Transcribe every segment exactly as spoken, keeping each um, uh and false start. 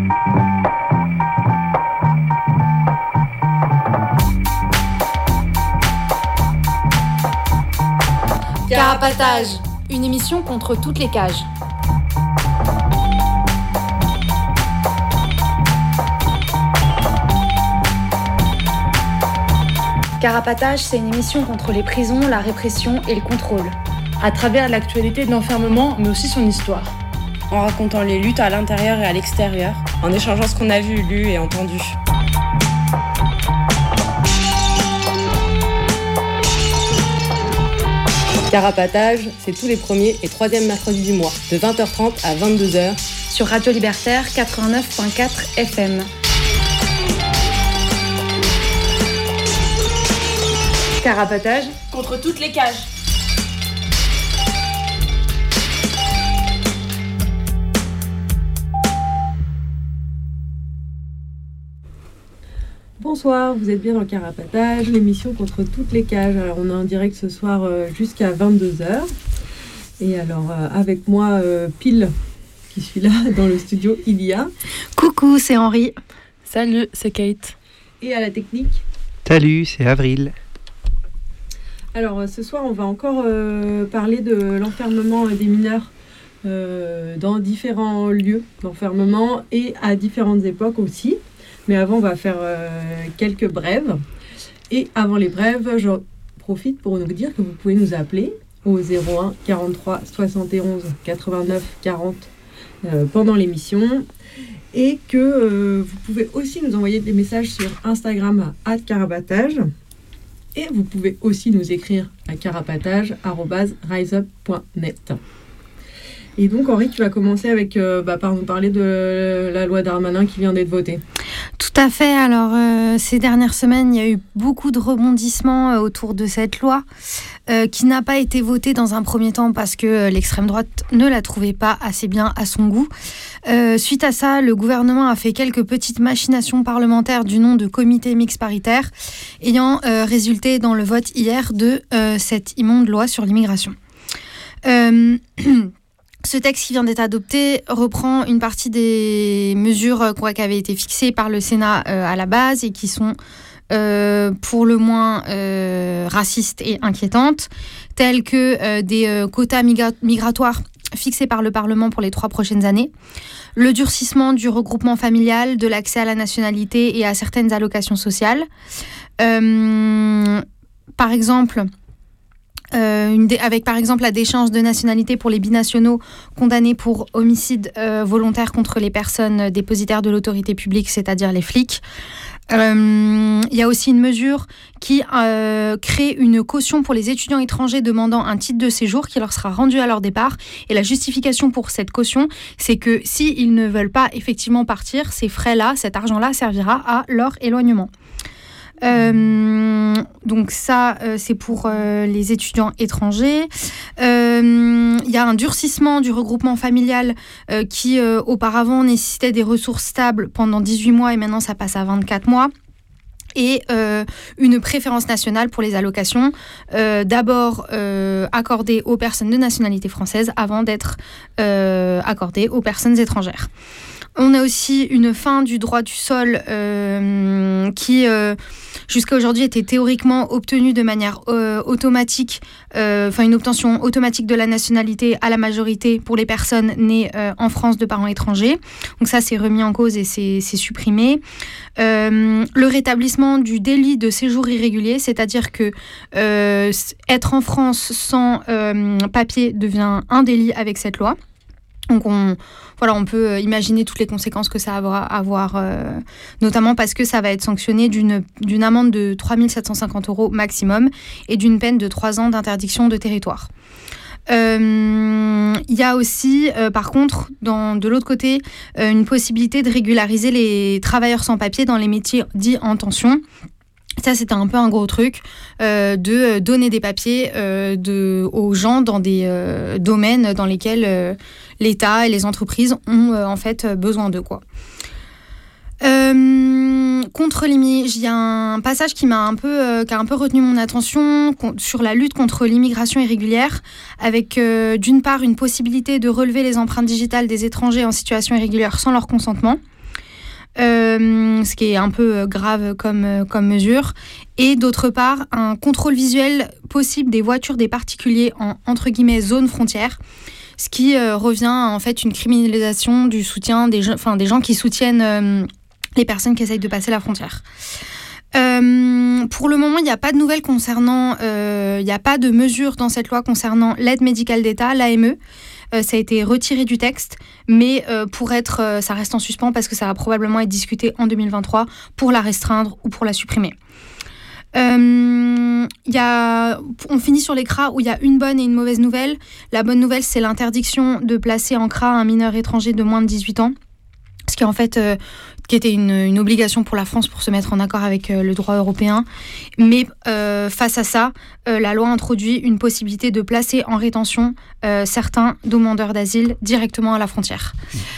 Carapatage, une émission contre toutes les cages. Carapatage, c'est une émission contre les prisons, la répression et le contrôle. À travers l'actualité de l'enfermement, mais aussi son histoire. En racontant les luttes à l'intérieur et à l'extérieur, en échangeant ce qu'on a vu, lu et entendu. Carapatage, c'est tous les premiers et troisièmes mercredis du mois, de vingt heures trente à vingt-deux heures, sur Radio Libertaire quatre-vingt-neuf virgule quatre F M. Carapatage, contre toutes les cages. Bonsoir, vous êtes bien dans Carapatage, l'émission contre toutes les cages. Alors on est en direct ce soir euh, jusqu'à vingt-deux heures. Et alors euh, avec moi, euh, pile, qui suis là dans le studio, il y a... Coucou, c'est Henri. Salut, c'est Kate. Et à la technique. Salut, c'est Avril. Alors euh, ce soir, on va encore euh, parler de l'enfermement des mineurs euh, dans différents lieux d'enfermement et à différentes époques aussi. Mais avant, on va faire euh, quelques brèves. Et avant les brèves, je profite pour vous dire que vous pouvez nous appeler au zéro un quarante-trois soixante et onze quatre-vingt-neuf quarante euh, pendant l'émission. Et que euh, vous pouvez aussi nous envoyer des messages sur Instagram à arobase carapatage. Et vous pouvez aussi nous écrire à carapatage arobase riseup point net. Et donc, Henri, tu vas commencer avec, euh, bah, par nous parler de la loi Darmanin qui vient d'être votée. Tout à fait. Alors, euh, ces dernières semaines, il y a eu beaucoup de rebondissements euh, autour de cette loi euh, qui n'a pas été votée dans un premier temps parce que euh, l'extrême droite ne la trouvait pas assez bien à son goût. Euh, suite à ça, le gouvernement a fait quelques petites machinations parlementaires du nom de comité mixte paritaire, ayant euh, résulté dans le vote hier de euh, cette immonde loi sur l'immigration. Euh, Ce texte qui vient d'être adopté reprend une partie des mesures qui avaient été fixées par le Sénat euh, à la base et qui sont euh, pour le moins euh, racistes et inquiétantes, telles que euh, des euh, quotas migra- migratoires fixés par le Parlement pour les trois prochaines années, le durcissement du regroupement familial, de l'accès à la nationalité et à certaines allocations sociales. Euh, par exemple... Euh, une dé- avec par exemple la déchéance de nationalité pour les binationaux condamnés pour homicide euh, volontaire contre les personnes dépositaires de l'autorité publique, c'est-à-dire les flics. Il euh, y a aussi une mesure qui euh, crée une caution pour les étudiants étrangers demandant un titre de séjour qui leur sera rendu à leur départ. Et la justification pour cette caution, c'est que s'ils ne veulent pas effectivement partir, ces frais-là, cet argent-là servira à leur éloignement. Euh, donc ça, euh, c'est pour euh, les étudiants étrangers. Il euh, y a un durcissement du regroupement familial euh, qui, euh, auparavant, nécessitait des ressources stables pendant dix-huit mois et maintenant, ça passe à vingt-quatre mois. Et euh, une préférence nationale pour les allocations, euh, d'abord euh, accordées aux personnes de nationalité française avant d'être euh, accordées aux personnes étrangères. On a aussi une fin du droit du sol euh, qui, euh, jusqu'à aujourd'hui, était théoriquement obtenue de manière euh, automatique, euh, enfin une obtention automatique de la nationalité à la majorité pour les personnes nées euh, en France de parents étrangers. Donc ça, c'est remis en cause et c'est, c'est supprimé. Euh, le rétablissement du délit de séjour irrégulier, c'est-à-dire que euh, être en France sans euh, papier devient un délit avec cette loi. Donc on, voilà, on peut imaginer toutes les conséquences que ça va avoir, euh, notamment parce que ça va être sanctionné d'une, d'une amende de trois mille sept cent cinquante euros maximum et d'une peine de trois ans d'interdiction de territoire. Il euh, y a aussi, euh, par contre, dans, de l'autre côté, euh, une possibilité de régulariser les travailleurs sans papier dans les métiers dits en tension. Ça, c'était un peu un gros truc, euh, de donner des papiers euh, de, aux gens dans des euh, domaines dans lesquels euh, l'État et les entreprises ont euh, en fait besoin d'eux, quoi. Euh, contre l'immigration, il y a un passage qui m'a un peu, euh, qui a un peu retenu mon attention con- sur la lutte contre l'immigration irrégulière, avec euh, d'une part une possibilité de relever les empreintes digitales des étrangers en situation irrégulière sans leur consentement. euh, ce qui est un peu grave comme, euh, comme mesure. Et d'autre part, un contrôle visuel possible des voitures des particuliers en, entre guillemets, zone frontière, ce qui euh, revient à en fait une criminalisation du soutien des, enfin, des gens qui soutiennent euh, les personnes qui essayent de passer la frontière. Euh, pour le moment, il n'y a pas de nouvelles concernant, euh, il n'y a pas de mesures dans cette loi concernant l'aide médicale d'État, l'A M E. Euh, ça a été retiré du texte, mais euh, pour être, euh, ça reste en suspens parce que ça va probablement être discuté en deux mille vingt-trois pour la restreindre ou pour la supprimer. Euh, y a, on finit sur les C R A où il y a une bonne et une mauvaise nouvelle. La bonne nouvelle, c'est l'interdiction de placer en C R A un mineur étranger de moins de dix-huit ans, ce qui en fait euh, qui était une, une obligation pour la France pour se mettre en accord avec euh, le droit européen. Mais euh, face à ça, euh, la loi introduit une possibilité de placer en rétention euh, certains demandeurs d'asile directement à la frontière.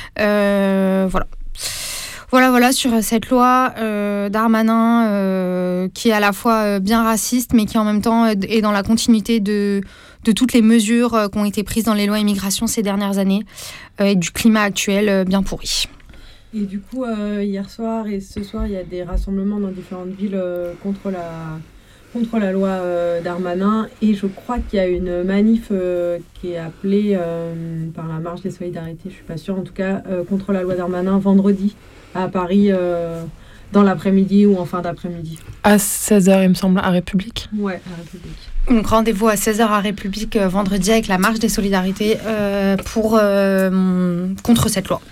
Euh, voilà. Voilà, voilà, sur cette loi euh, Darmanin euh, qui est à la fois euh, bien raciste, mais qui en même temps est dans la continuité de, de toutes les mesures euh, qui ont été prises dans les lois immigration ces dernières années euh, et du climat actuel euh, bien pourri. Et du coup, euh, hier soir et ce soir, il y a des rassemblements dans différentes villes euh, contre, la, contre la loi euh, Darmanin. Et je crois qu'il y a une manif euh, qui est appelée euh, par la Marche des Solidarités, je ne suis pas sûre, en tout cas, euh, contre la loi Darmanin vendredi à Paris euh, dans l'après-midi ou en fin d'après-midi. À seize heures, il me semble, à République. Ouais, à République. Donc rendez-vous à seize heures à République euh, vendredi avec la Marche des Solidarités euh, pour, euh, contre cette loi.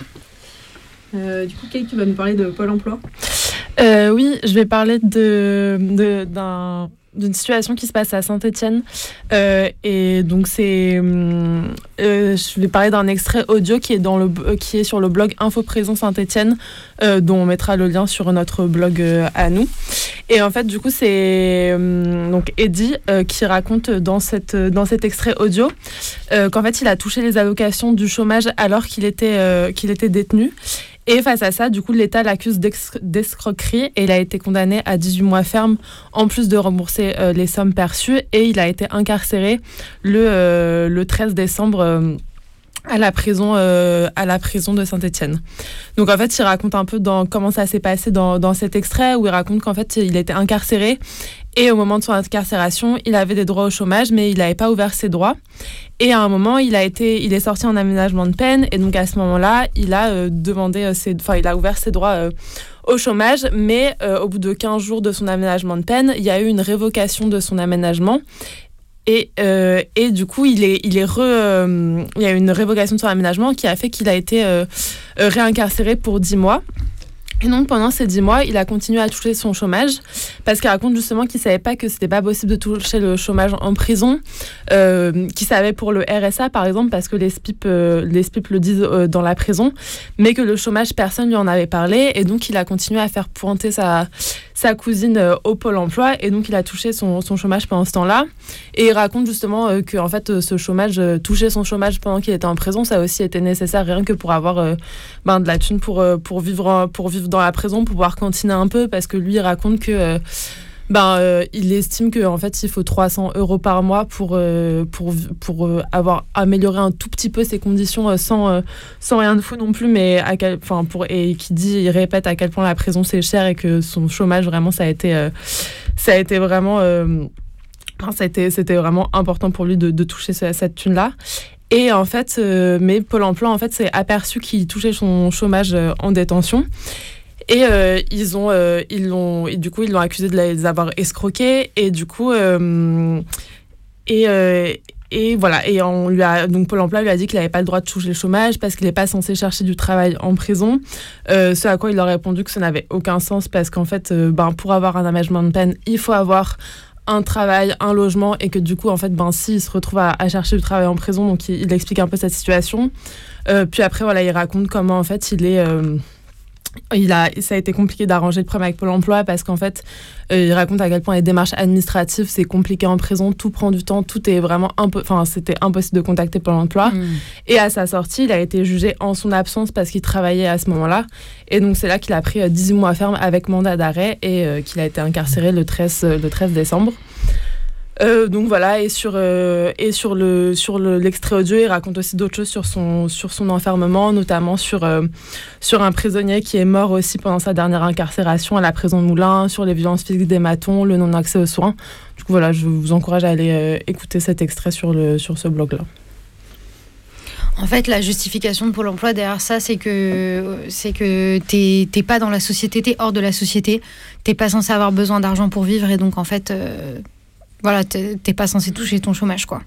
Euh, du coup, Kate, tu vas nous parler de Pôle emploi. euh, Oui, je vais parler de, de, d'un, d'une situation qui se passe à Saint-Étienne. Euh, et donc, c'est, euh, je vais parler d'un extrait audio qui est, dans le, qui est sur le blog Info Présent Saint-Étienne, euh, dont on mettra le lien sur notre blog euh, à nous. Et en fait, du coup, c'est euh, donc Eddy euh, qui raconte dans, cette, dans cet extrait audio euh, qu'en fait, il a touché les allocations du chômage alors qu'il était, euh, qu'il était détenu. Et face à ça, du coup, l'État l'accuse d'escroquerie et il a été condamné à dix-huit mois ferme, en plus de rembourser euh, les sommes perçues. Et il a été incarcéré le, euh, le treize décembre euh, à la prison, euh, à la prison de Saint-Étienne. Donc en fait, il raconte un peu dans, comment ça s'est passé dans, dans cet extrait, où il raconte qu'en fait, il était incarcéré. Et au moment de son incarcération, il avait des droits au chômage, mais il n'avait pas ouvert ses droits. Et à un moment, il a été, il est sorti en aménagement de peine. Et donc à ce moment-là, il a euh, demandé, euh, ses, enfin, il a ouvert ses droits euh, au chômage. Mais euh, au bout de quinze jours de son aménagement de peine, il y a eu une révocation de son aménagement. Et, euh, et du coup, il est, il est re, euh, il y a eu une révocation de son aménagement qui a fait qu'il a été euh, euh, réincarcéré pour dix mois. Et donc, pendant ces dix mois, il a continué à toucher son chômage parce qu'il raconte justement qu'il ne savait pas que ce n'était pas possible de toucher le chômage en prison, euh, qu'il savait pour le R S A, par exemple, parce que les S P I P, euh, les S P I P le disent euh, dans la prison, mais que le chômage, personne ne lui en avait parlé. Et donc, il a continué à faire pointer sa, sa cousine euh, au Pôle emploi. Et donc, il a touché son, son chômage pendant ce temps-là. Et il raconte justement euh, que en fait, euh, ce chômage, euh, toucher son chômage pendant qu'il était en prison, ça a aussi été nécessaire, rien que pour avoir euh, ben, de la thune pour, euh, pour, vivre, pour vivre dans la prison, pour pouvoir cantiner un peu, parce que lui il raconte que euh, ben, euh, il estime qu'en fait il faut trois cents euros par mois pour, euh, pour, pour euh, avoir amélioré un tout petit peu ses conditions euh, sans, euh, sans rien de fou non plus, mais à quel, pour, et qui dit, il répète à quel point la prison c'est cher et que son chômage vraiment ça a été, euh, ça a été vraiment euh, ça a été, c'était vraiment important pour lui de, de toucher cette, cette thune là. Et en fait, euh, mais Pôle emploi en fait s'est aperçu qu'il touchait son chômage euh, en détention. Et euh, ils ont, euh, ils l'ont, et du coup, ils l'ont accusé de les avoir escroqués. Et du coup, euh, et, euh, et voilà. Et on lui a, donc Pôle emploi lui a dit qu'il n'avait pas le droit de toucher le chômage parce qu'il n'est pas censé chercher du travail en prison. Euh, ce à quoi il leur a répondu que ça n'avait aucun sens parce qu'en fait, euh, ben, pour avoir un aménagement de peine, il faut avoir un travail, un logement, et que du coup, en fait, ben, s'il se retrouve à, à chercher du travail en prison, donc il, il explique un peu cette situation. Euh, puis après, voilà, il raconte comment, en fait, il est... Euh, Il a, ça a été compliqué d'arranger le problème avec Pôle emploi parce qu'en fait, euh, il raconte à quel point les démarches administratives, c'est compliqué en prison, tout prend du temps, tout est vraiment impo- enfin, c'était impossible de contacter Pôle emploi. Mmh. Et à sa sortie, il a été jugé en son absence parce qu'il travaillait à ce moment-là. Et donc, c'est là qu'il a pris euh, dix-huit mois ferme avec mandat d'arrêt et euh, qu'il a été incarcéré le treize, le treize décembre. Euh, donc voilà, et sur, euh, et sur, le, sur le, l'extrait audio, il raconte aussi d'autres choses sur son, sur son enfermement, notamment sur, euh, sur un prisonnier qui est mort aussi pendant sa dernière incarcération à la prison de Moulins, sur les violences physiques des matons, le non-accès aux soins. Du coup voilà, je vous encourage à aller euh, écouter cet extrait sur, le, sur ce blog-là. En fait, la justification de Pôle emploi derrière ça, c'est que, c'est que t'es, t'es pas dans la société, t'es hors de la société, t'es pas censé avoir besoin d'argent pour vivre, et donc en fait, euh, voilà, t'es, t'es pas censé toucher ton chômage, quoi.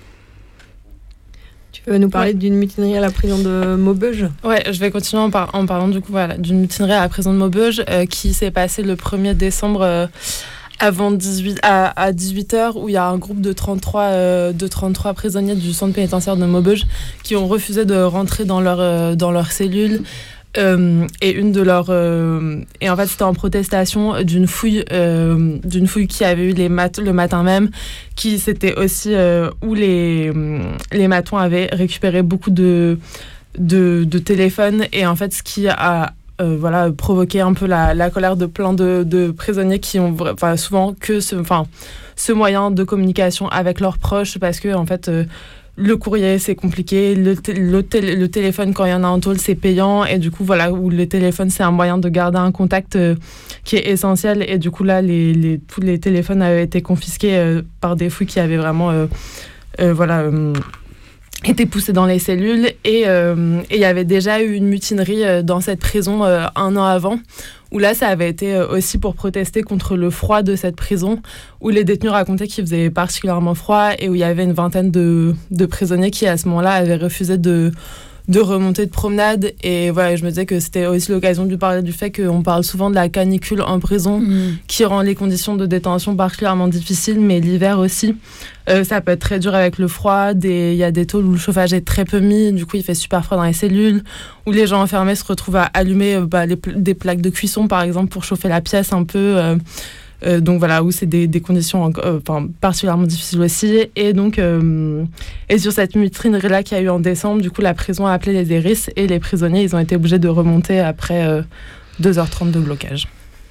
Tu veux nous parler ouais. d'une mutinerie à la prison de Maubeuge ? Ouais, je vais continuer en, par- en parlant du coup voilà, d'une mutinerie à la prison de Maubeuge euh, qui s'est passée le premier décembre euh, avant dix-huit, à, à dix-huit heures, où il y a un groupe de trente-trois, euh, de trente-trois prisonniers du centre pénitentiaire de Maubeuge qui ont refusé de rentrer dans leur, euh, dans leur cellule. Euh, et une de leurs euh, et en fait c'était en protestation d'une fouille euh, d'une fouille qui avait eu les mat- le matin même, qui c'était aussi euh, où les les matons avaient récupéré beaucoup de de, de téléphones, et en fait ce qui a Euh, voilà, provoquer un peu la, la colère de plein de, de prisonniers qui ont enfin, souvent que ce, enfin, ce moyen de communication avec leurs proches, parce que en fait, euh, le courrier c'est compliqué, le, t- le, t- le téléphone quand il y en a en tôle c'est payant, et du coup voilà, où le téléphone c'est un moyen de garder un contact euh, qui est essentiel, et du coup là les, les, tous les téléphones avaient été confisqués euh, par des fouilles qui avaient vraiment euh, euh, voilà euh, était poussé dans les cellules, et euh, et il y avait déjà eu une mutinerie euh, dans cette prison euh, un an avant, où là ça avait été euh, aussi pour protester contre le froid de cette prison, où les détenus racontaient qu'il faisait particulièrement froid, et où il y avait une vingtaine de, de prisonniers qui à ce moment-là avaient refusé de de remontée de promenade. Et voilà, je me disais que c'était aussi l'occasion de parler du fait qu'on parle souvent de la canicule en prison, mmh. qui rend les conditions de détention particulièrement difficiles, mais l'hiver aussi. Euh, ça peut être très dur avec le froid. Il y a des tôles où le chauffage est très peu mis, du coup il fait super froid dans les cellules, où les gens enfermés se retrouvent à allumer euh, bah, les, des plaques de cuisson par exemple pour chauffer la pièce un peu. Euh, Euh, donc voilà, où c'est des, des conditions euh, particulièrement difficiles aussi. Et donc, euh, et sur cette mutinerie-là qu'il y a eu en décembre, du coup, la prison a appelé les E R I S, et les prisonniers, ils ont été obligés de remonter après euh, deux heures trente de blocage.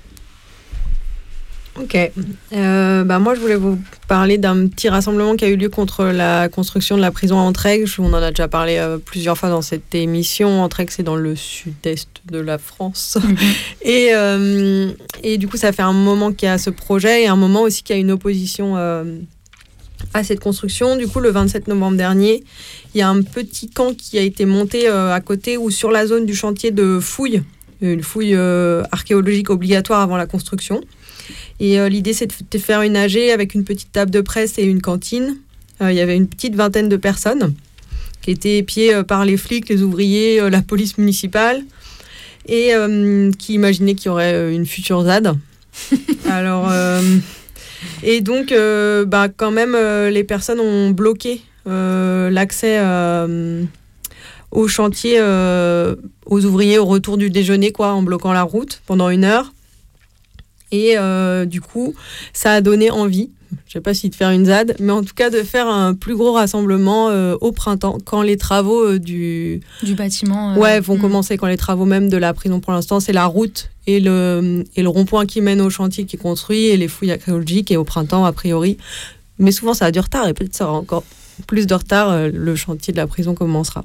Ok. Euh, bah moi, je voulais vous parler d'un petit rassemblement qui a eu lieu contre la construction de la prison à Entraigues. On en a déjà parlé euh, plusieurs fois dans cette émission. Entraigues, c'est dans le sud-est de la France. Mm-hmm. Et, euh, et du coup, ça fait un moment qu'il y a ce projet, et un moment aussi qu'il y a une opposition euh, à cette construction. Du coup, le vingt-sept novembre dernier, il y a un petit camp qui a été monté euh, à côté ou sur la zone du chantier de fouille, une fouille euh, archéologique obligatoire avant la construction. Et euh, l'idée, c'est de faire une A G avec une petite table de presse et une cantine. Euh, il y avait une petite vingtaine de personnes qui étaient épiées euh, par les flics, les ouvriers, euh, la police municipale, et euh, qui imaginaient qu'il y aurait euh, une future Z A D. Alors, euh, et donc, euh, bah, quand même, euh, les personnes ont bloqué euh, l'accès euh, au chantier, euh, aux ouvriers au retour du déjeuner, quoi, en bloquant la route pendant une heure. Et euh, du coup, ça a donné envie, je ne sais pas si de faire une Z A D, mais en tout cas de faire un plus gros rassemblement euh, au printemps, quand les travaux euh, du... Du bâtiment... Euh... Ouais, vont mmh. commencer, quand les travaux même de la prison, pour l'instant, c'est la route et le, et le rond-point qui mène au chantier qui est construit, et les fouilles archéologiques, et au printemps, a priori. Mais souvent, ça a du retard, et peut-être ça aura encore plus de retard, euh, le chantier de la prison commencera.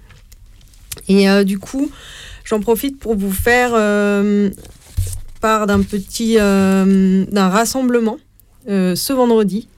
Et euh, du coup, j'en profite pour vous faire... Euh, part d'un petit euh, d'un rassemblement euh, ce vendredi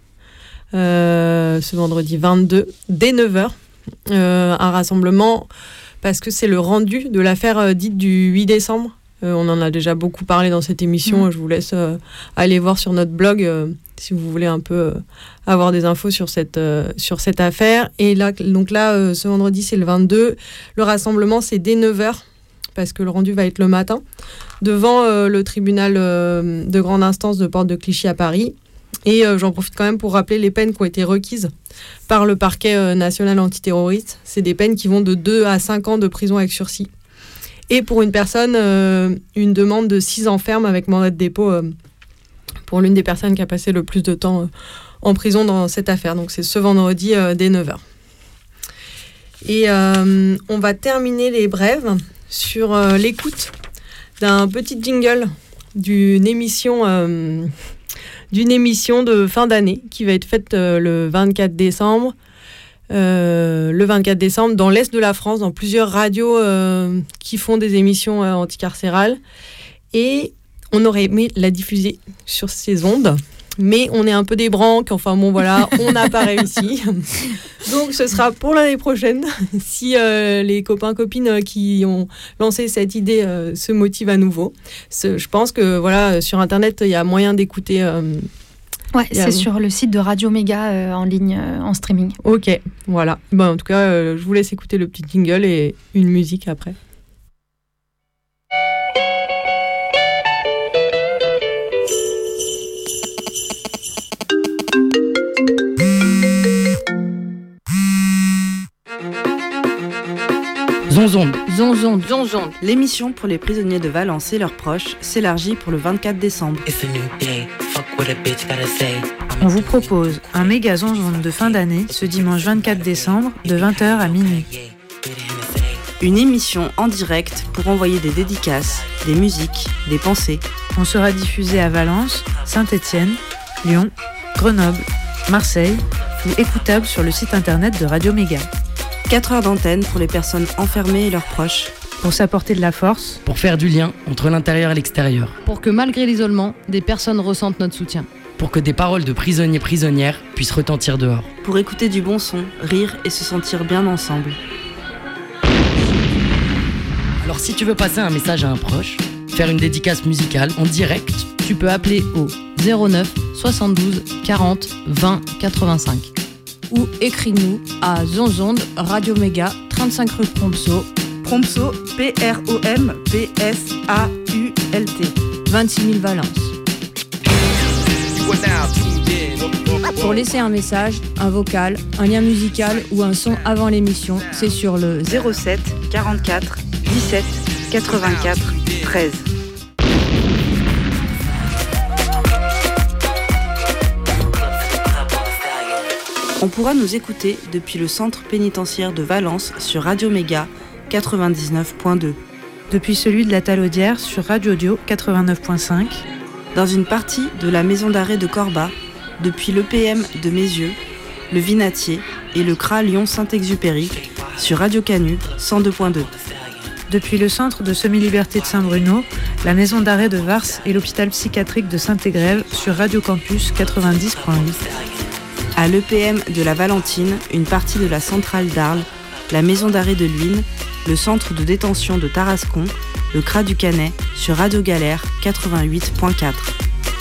euh, ce vendredi vingt-deux dès neuf heures, euh, un rassemblement parce que c'est le rendu de l'affaire euh, dite du huit décembre. Euh, on en a déjà beaucoup parlé dans cette émission. Mmh. Je vous laisse euh, aller voir sur notre blog euh, si vous voulez un peu euh, avoir des infos sur cette euh, sur cette affaire. Et là donc là euh, ce vendredi c'est le vingt-deux, le rassemblement c'est dès neuf heures, parce que le rendu va être le matin, devant euh, le tribunal euh, de grande instance de Porte de Clichy à Paris. Et euh, j'en profite quand même pour rappeler les peines qui ont été requises par le parquet euh, national antiterroriste. C'est des peines qui vont de deux à cinq ans de prison avec sursis. Et pour une personne, euh, une demande de six ans ferme avec mandat de dépôt euh, pour l'une des personnes qui a passé le plus de temps euh, en prison dans cette affaire. Donc c'est ce vendredi euh, dès neuf heures. Et euh, on va terminer les brèves sur euh, l'écoute d'un petit jingle d'une émission euh, d'une émission de fin d'année qui va être faite euh, le vingt-quatre décembre. Euh, le vingt-quatre décembre dans l'Est de la France, dans plusieurs radios euh, qui font des émissions euh, anticarcérales. Et on aurait aimé la diffuser sur ces ondes. Mais on est un peu des branques, enfin bon voilà, on n'a pas réussi. Donc ce sera pour l'année prochaine, si euh, les copains-copines qui ont lancé cette idée euh, se motivent à nouveau. Ce, je pense que voilà, sur Internet, il y a moyen d'écouter... Euh, ouais, c'est a... sur le site de Radio Méga euh, en ligne, euh, en streaming. Ok, voilà. Bon, en tout cas, euh, je vous laisse écouter le petit jingle et une musique après. Zonzonde. Zonzonde. Zonzonde. L'émission pour les prisonniers de Valence et leurs proches s'élargit pour le vingt-quatre décembre. On vous propose un méga zonzonde de fin d'année ce dimanche vingt-quatre décembre de vingt heures à minuit. Une émission en direct pour envoyer des dédicaces, des musiques, des pensées. On sera diffusé à Valence, Saint-Étienne, Lyon, Grenoble, Marseille ou écoutable sur le site internet de Radio Méga. quatre heures d'antenne pour les personnes enfermées et leurs proches. Pour s'apporter de la force. Pour faire du lien entre l'intérieur et l'extérieur. Pour que malgré l'isolement, des personnes ressentent notre soutien. Pour que des paroles de prisonniers-prisonnières puissent retentir dehors. Pour écouter du bon son, rire et se sentir bien ensemble. Alors si tu veux passer un message à un proche, faire une dédicace musicale en direct, tu peux appeler au zéro neuf soixante-douze quarante vingt quatre-vingt-cinq. Ou écris-nous à Zonzonde, Radio Méga, trente-cinq rue Prompso. Prompso, P R O M P S A U L T. vingt-six mille Valence. Pour laisser un message, un vocal, un lien musical ou un son avant l'émission, c'est sur le zéro sept quarante-quatre dix-sept quatre-vingt-quatre treize. On pourra nous écouter depuis le centre pénitentiaire de Valence sur Radio Méga quatre-vingt-dix-neuf point deux. Depuis celui de la Talaudière sur Radio Audio quatre-vingt-neuf point cinq. Dans une partie de la maison d'arrêt de Corba, depuis l'E P M de Mézieux, le Vinatier et le C R A Lyon-Saint-Exupéry sur Radio Canu cent deux point deux. Depuis le centre de semi-liberté de Saint-Bruno, la maison d'arrêt de Vars et l'hôpital psychiatrique de Saint-Égrève sur Radio Campus quatre-vingt-dix point huit. À l'E P M de la Valentine, une partie de la centrale d'Arles, la maison d'arrêt de Luynes, le centre de détention de Tarascon, le C R A du Canet, sur Radio Galère quatre-vingt-huit point quatre.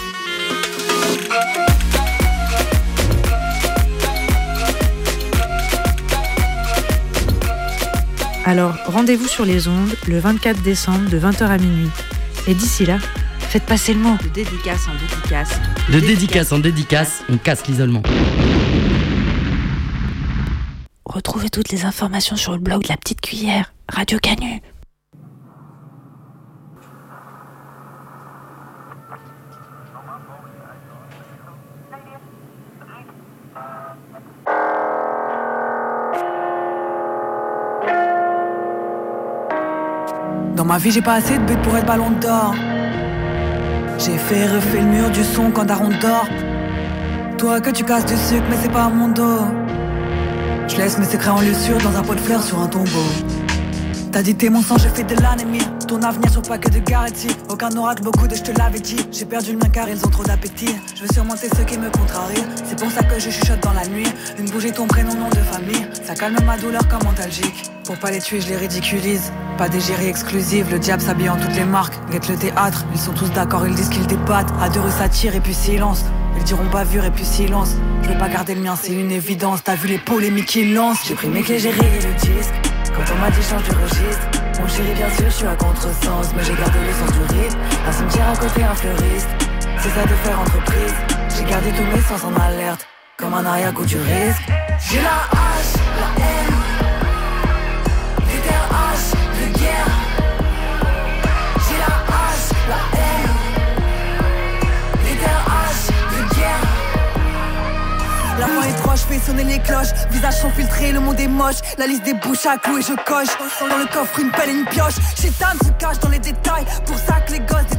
Alors, rendez-vous sur les ondes le vingt-quatre décembre de vingt heures à minuit. Et d'ici là, faites passer le mot. De dédicace en dédicace. De dédicace en dédicace, on casse l'isolement. Retrouvez toutes les informations sur le blog de la Petite Cuillère, Radio Canu. Dans ma vie, j'ai pas assez de buts pour être ballon d'or. J'ai fait refait le mur du son quand Daron dort. Toi que tu casses du sucre, mais c'est pas à mon dos. Je laisse mes secrets en lieu sûr dans un pot de fleurs sur un tombeau. T'as dit t'es mon sang, j'ai fait de l'anémie. Ton avenir sur pas que de garantie. Aucun oracle, beaucoup de je te l'avais dit. J'ai perdu le mien car ils ont trop d'appétit. Je veux surmonter ceux qui me contrarient. C'est pour ça que je chuchote dans la nuit. Une bougie, ton prénom, nom de famille. Ça calme ma douleur comme antalgique. Pour pas les tuer, je les ridiculise. Pas d'égérie exclusive, le diable s'habille en toutes les marques. Guette le théâtre, ils sont tous d'accord, ils disent qu'ils débattent. À deux rues ça tire et puis silence. Ils diront bavure et puis silence. Je veux pas garder le mien, c'est une évidence. T'as vu les polémiques qu'ils lancent. J'ai pris mes clés, j'ai rayé le disque. Quand on m'a dit change de registre. Mon chéri bien sûr je suis à contresens, mais j'ai gardé le sens du rythme. Un cimetière à côté, un fleuriste. C'est ça de faire entreprise. J'ai gardé tous mes sens en alerte. Comme un ariaque où tu risques. J'ai la hache, la haine. Des terres haches de guerre. J'ai la hache, la haine. Des terres haches de guerre. La fin est proche, fais sonner les cloches. Visage sont filtrés, le monde est moche. La liste des bouches à clous et je coche. Dans le coffre, une pelle et une pioche. Chétan se cache dans les détails. Pour ça que les gosses détaillent des graphes.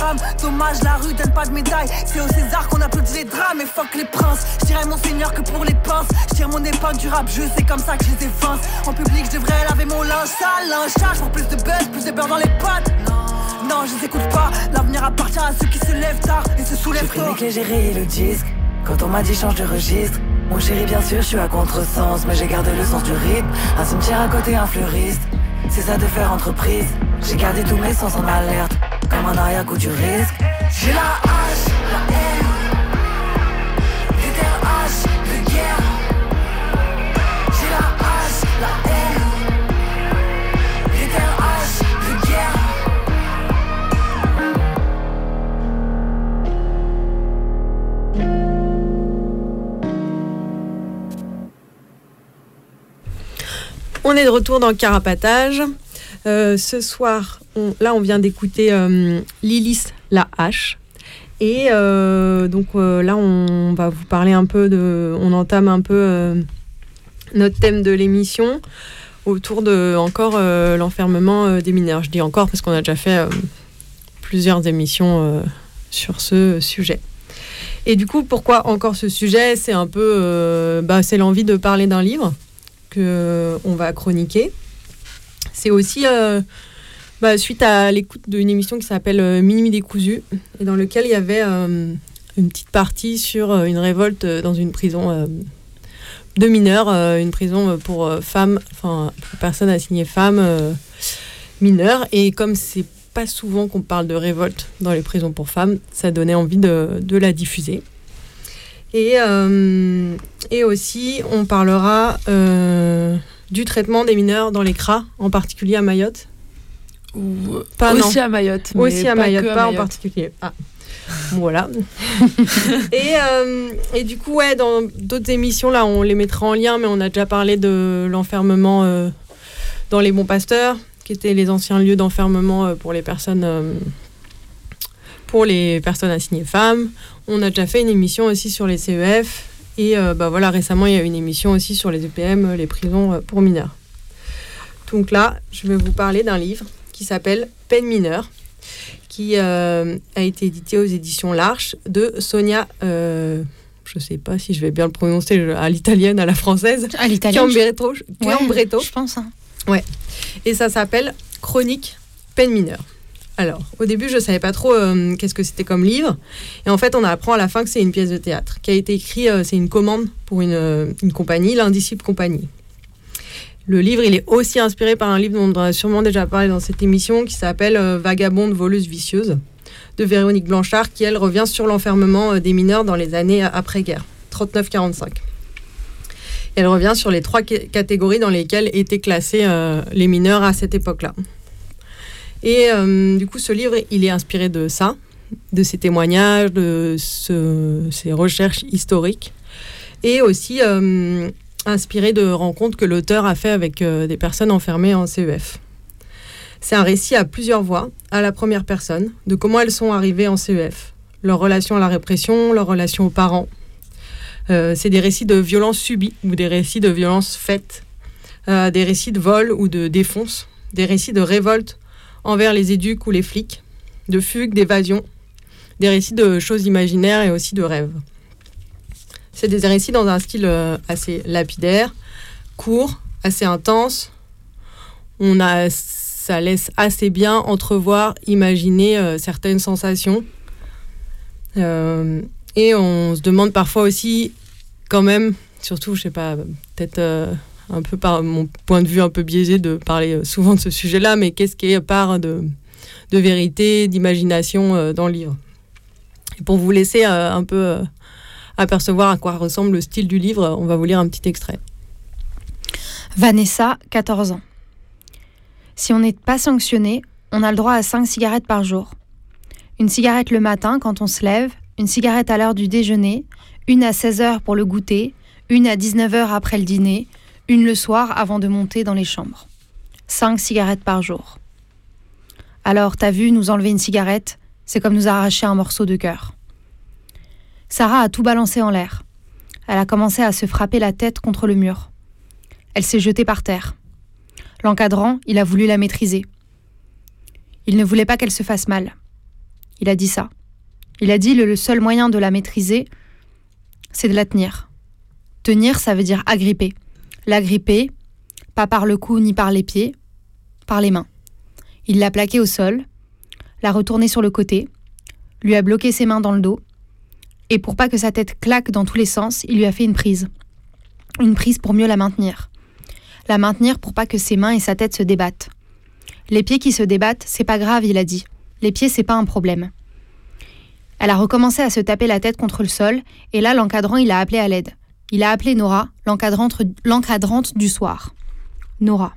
femme. Dommage, la rue donne pas de médaille. C'est au César qu'on applaudit les drames. Et fuck les princes, je dirais mon seigneur que pour les pinces. Je tire mon épingle du rap, je c'est comme ça que je les évince. En public, je devrais laver mon linge sale. Linge charge pour plus de buzz, plus de beurre dans les pattes. Non, je les écoute pas. L'avenir appartient à ceux qui se lèvent tard et se soulèvent tôt. J'ai pris mes clés, j'ai rayé le disque. Quand on m'a dit change de registre. Mon chéri, bien sûr, je suis à contresens, mais j'ai gardé le sens du rythme. Un cimetière à côté, un fleuriste. C'est ça de faire entreprise. J'ai gardé tous mes sens en alerte, comme un ariaque où tu risques. J'ai la hache, la haine, des terres haches de guerre. J'ai la hache, la haine, des terres haches de guerre. On est de retour dans Carapatage. Euh, ce soir, on, là, on vient d'écouter euh, Lilith la hache. Et euh, donc euh, là, on va vous parler un peu de... On entame un peu euh, notre thème de l'émission autour de encore euh, l'enfermement euh, des mineurs. Je dis encore parce qu'on a déjà fait euh, plusieurs émissions euh, sur ce sujet. Et du coup, pourquoi encore ce sujet ? C'est un peu... Euh, bah, c'est l'envie de parler d'un livre qu'on va chroniquer. C'est aussi euh, bah, suite à l'écoute d'une émission qui s'appelle euh, Minuit décousu, et dans lequel il y avait euh, une petite partie sur euh, une révolte dans une prison euh, de mineurs, euh, une prison pour euh, femmes, enfin pour personnes assignées femmes euh, mineures. Et comme c'est pas souvent qu'on parle de révolte dans les prisons pour femmes, ça donnait envie de, de la diffuser. Et, euh, et aussi, on parlera euh, du traitement des mineurs dans les C R A, en particulier à Mayotte. Ou pas, aussi non. à Mayotte. Mais aussi à pas Mayotte, à pas Mayotte. En particulier. Ah, voilà. et, euh, et du coup, ouais, dans d'autres émissions, là, on les mettra en lien, mais on a déjà parlé de l'enfermement euh, dans les Bons Pasteurs, qui étaient les anciens lieux d'enfermement euh, pour les personnes... Euh, pour les personnes assignées femmes. On a déjà fait une émission aussi sur les C E F. Et euh, bah voilà, récemment, il y a une émission aussi sur les E P M, les prisons pour mineurs. Donc là, je vais vous parler d'un livre qui s'appelle Peine mineure, qui euh, a été édité aux éditions L'Arche de Sonia... Euh, je ne sais pas si je vais bien le prononcer, à l'italienne, à la française. À l'italienne. Chiambretto. Chiambretto. Ouais, je pense. Hein. Ouais. Et ça s'appelle Chronique Peine mineure. Alors, au début, je ne savais pas trop euh, qu'est-ce que c'était comme livre. Et en fait, on apprend à la fin que c'est une pièce de théâtre qui a été écrite, euh, c'est une commande pour une, euh, une compagnie, l'Indicible Compagnie. Le livre, il est aussi inspiré par un livre dont on a sûrement déjà parlé dans cette émission qui s'appelle euh, Vagabonde, voleuse, vicieuse de Véronique Blanchard, qui, elle, revient sur l'enfermement euh, des mineurs dans les années après-guerre, trente-neuf quarante-cinq. Et elle revient sur les trois c- catégories dans lesquelles étaient classés euh, les mineurs à cette époque-là. Et euh, du coup, ce livre, il est inspiré de ça, de ces témoignages, de ce, ces recherches historiques, et aussi euh, inspiré de rencontres que l'auteur a fait avec euh, des personnes enfermées en C E F. C'est un récit à plusieurs voix, à la première personne, de comment elles sont arrivées en C E F, leur relation à la répression, leur relation aux parents. Euh, c'est des récits de violences subies ou des récits de violences faites, euh, des récits de vol ou de défonce, des récits de révolte envers les éduques ou les flics, de fugues, d'évasion, des récits de choses imaginaires et aussi de rêves. C'est des récits dans un style euh, assez lapidaire, court, assez intense. On a, ça laisse assez bien entrevoir, imaginer euh, certaines sensations. Euh, et on se demande parfois aussi, quand même, surtout, je sais pas, peut-être... Euh, un peu par mon point de vue un peu biaisé de parler souvent de ce sujet-là, mais qu'est-ce qui est part de, de vérité, d'imagination euh, dans le livre. Et pour vous laisser euh, un peu euh, apercevoir à quoi ressemble le style du livre, on va vous lire un petit extrait. Vanessa, quatorze ans. Si on n'est pas sanctionné, on a le droit à cinq cigarettes par jour. Une cigarette le matin quand on se lève, une cigarette à l'heure du déjeuner, une à seize heures pour le goûter, une à dix-neuf heures après le dîner, une le soir avant de monter dans les chambres. Cinq cigarettes par jour. Alors, t'as vu, nous enlever une cigarette, c'est comme nous arracher un morceau de cœur. Sarah a tout balancé en l'air. Elle a commencé à se frapper la tête contre le mur. Elle s'est jetée par terre. L'encadrant, il a voulu la maîtriser. Il ne voulait pas qu'elle se fasse mal. Il a dit ça. Il a dit le, le seul moyen de la maîtriser, c'est de la tenir. Tenir, ça veut dire agripper. L'agripper, pas par le cou ni par les pieds, par les mains. Il l'a plaquée au sol, l'a retournée sur le côté, lui a bloqué ses mains dans le dos, et pour pas que sa tête claque dans tous les sens, il lui a fait une prise. Une prise pour mieux la maintenir. La maintenir pour pas que ses mains et sa tête se débattent. Les pieds qui se débattent, c'est pas grave, il a dit. Les pieds, c'est pas un problème. Elle a recommencé à se taper la tête contre le sol, et là, l'encadrant, il a appelé à l'aide. Il a appelé Nora, l'encadrante, l'encadrante du soir. Nora.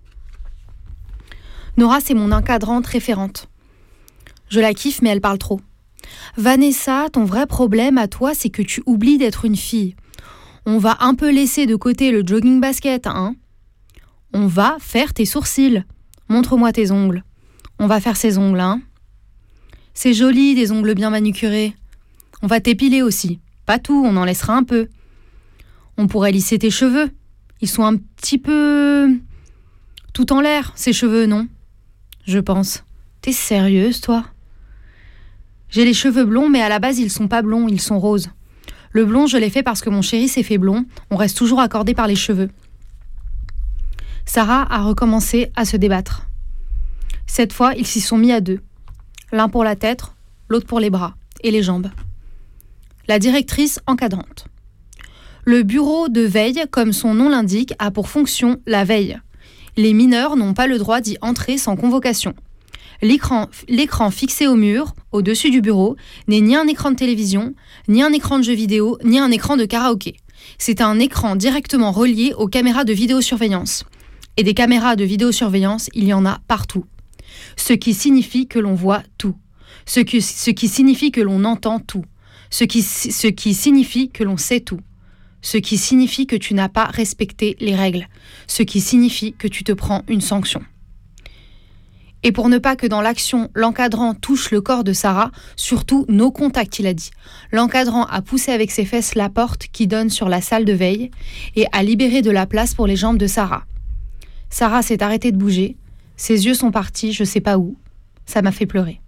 Nora, c'est mon encadrante référente. Je la kiffe, mais elle parle trop. Vanessa, ton vrai problème à toi, c'est que tu oublies d'être une fille. On va un peu laisser de côté le jogging basket, hein. On va faire tes sourcils. Montre-moi tes ongles. On va faire ses ongles, hein. C'est joli, des ongles bien manucurés. On va t'épiler aussi. Pas tout, on en laissera un peu. On pourrait lisser tes cheveux. Ils sont un petit peu... tout en l'air, ces cheveux, non? Je pense. T'es sérieuse, toi? J'ai les cheveux blonds, mais à la base, ils sont pas blonds, ils sont roses. Le blond, je l'ai fait parce que mon chéri s'est fait blond. On reste toujours accordé par les cheveux. Sarah a recommencé à se débattre. Cette fois, ils s'y sont mis à deux. L'un pour la tête, l'autre pour les bras et les jambes. La directrice encadrante. Le bureau de veille, comme son nom l'indique, a pour fonction la veille. Les mineurs n'ont pas le droit d'y entrer sans convocation. L'écran, l'écran fixé au mur, au-dessus du bureau, n'est ni un écran de télévision, ni un écran de jeu vidéo, ni un écran de karaoké. C'est un écran directement relié aux caméras de vidéosurveillance. Et des caméras de vidéosurveillance, il y en a partout. Ce qui signifie que l'on voit tout. Ce qui, ce qui signifie que l'on entend tout. Ce qui, ce qui signifie que l'on sait tout. Ce qui signifie que tu n'as pas respecté les règles. Ce qui signifie que tu te prends une sanction. Et pour ne pas que dans l'action, l'encadrant touche le corps de Sarah, surtout nos contacts, il a dit. L'encadrant a poussé avec ses fesses la porte qui donne sur la salle de veille et a libéré de la place pour les jambes de Sarah. Sarah s'est arrêtée de bouger. Ses yeux sont partis, je sais pas où. Ça m'a fait pleurer.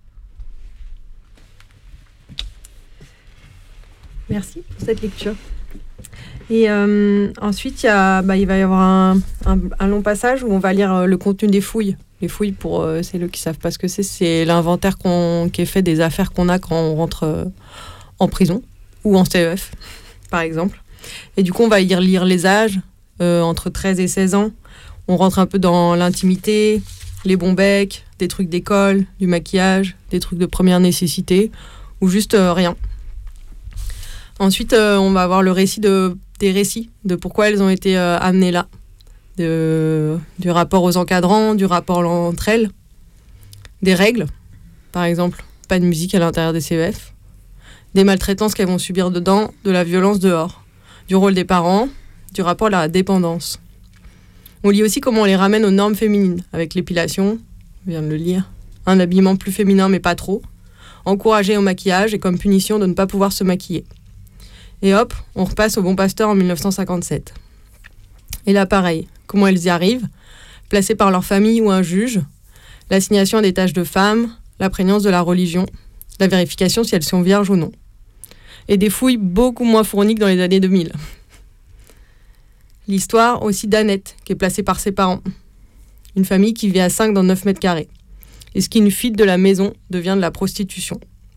Merci pour cette lecture. Et euh, ensuite, y a, bah, il va y avoir un, un, un long passage où on va lire euh, le contenu des fouilles. Les fouilles, pour euh, celles qui ne savent pas ce que c'est, c'est l'inventaire qu'on, qui est fait des affaires qu'on a quand on rentre euh, en prison ou en C E F, par exemple. Et du coup, on va y lire les âges, euh, entre treize et seize ans. On rentre un peu dans l'intimité, les bons becs, des trucs d'école, du maquillage, des trucs de première nécessité, ou juste euh, rien. Ensuite, euh, on va avoir le récit de, des récits, de pourquoi elles ont été euh, amenées là. De, du rapport aux encadrants, du rapport entre elles, des règles, par exemple, pas de musique à l'intérieur des C E F, des maltraitances qu'elles vont subir dedans, de la violence dehors, du rôle des parents, du rapport à la dépendance. On lit aussi comment on les ramène aux normes féminines, avec l'épilation, on vient de le lire, un habillement plus féminin mais pas trop, encouragé au maquillage et comme punition de ne pas pouvoir se maquiller. Et hop, on repasse au Bon Pasteur en dix-neuf cent cinquante-sept. Et là, pareil, comment elles y arrivent, placées par leur famille ou un juge, l'assignation à des tâches de femmes, la prégnance de la religion, la vérification si elles sont vierges ou non. Et des fouilles beaucoup moins fournies que dans les années deux mille. L'histoire aussi d'Annette, qui est placée par ses parents. Une famille qui vit à cinq dans neuf mètres carrés. Et ce qui, une fuite de la maison, devient de la prostitution.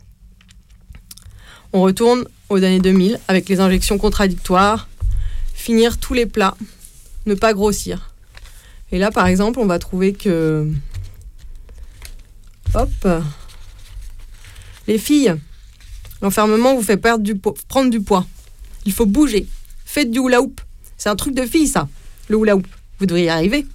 On retourne aux années deux mille avec les injections contradictoires, finir tous les plats, ne pas grossir. Et là, par exemple, on va trouver que... Hop. Les filles, l'enfermement vous fait perdre du po- prendre du poids. Il faut bouger. Faites du hula hoop. C'est un truc de fille, ça, le hula hoop. Vous devriez y arriver.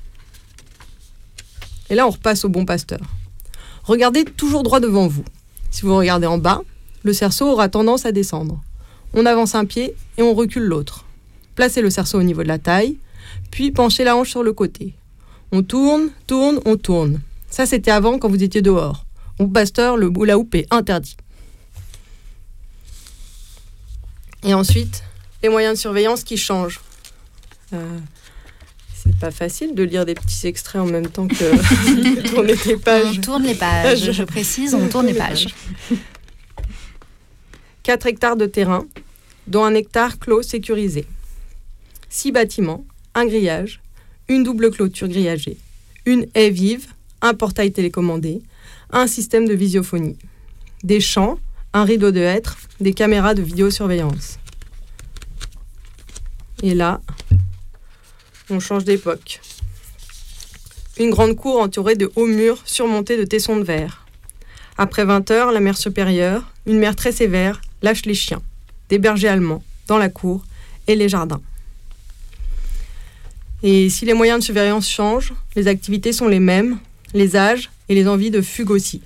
Et là, on repasse au Bon Pasteur. Regardez toujours droit devant vous. Si vous regardez en bas, le cerceau aura tendance à descendre. On avance un pied et on recule l'autre. Placez le cerceau au niveau de la taille, puis penchez la hanche sur le côté. On tourne, tourne, on tourne. Ça, c'était avant, quand vous étiez dehors. Au Pasteur, le hula hoop est interdit. Et ensuite, les moyens de surveillance qui changent. Euh, C'est pas facile de lire des petits extraits en même temps que, que tourner les pages. On tourne les pages, je précise, on tourne les pages. quatre hectares de terrain, dont un hectare clos sécurisé. six bâtiments, un grillage, une double clôture grillagée, une haie vive, un portail télécommandé, un système de visiophonie, des champs, un rideau de hêtre, des caméras de vidéosurveillance. Et là, on change d'époque. Une grande cour entourée de hauts murs surmontés de tessons de verre. Après vingt heures, la mère supérieure, une mère très sévère, lâche les chiens, des bergers allemands, dans la cour et les jardins. Et si les moyens de surveillance changent, les activités sont les mêmes, les âges et les envies de fugue aussi.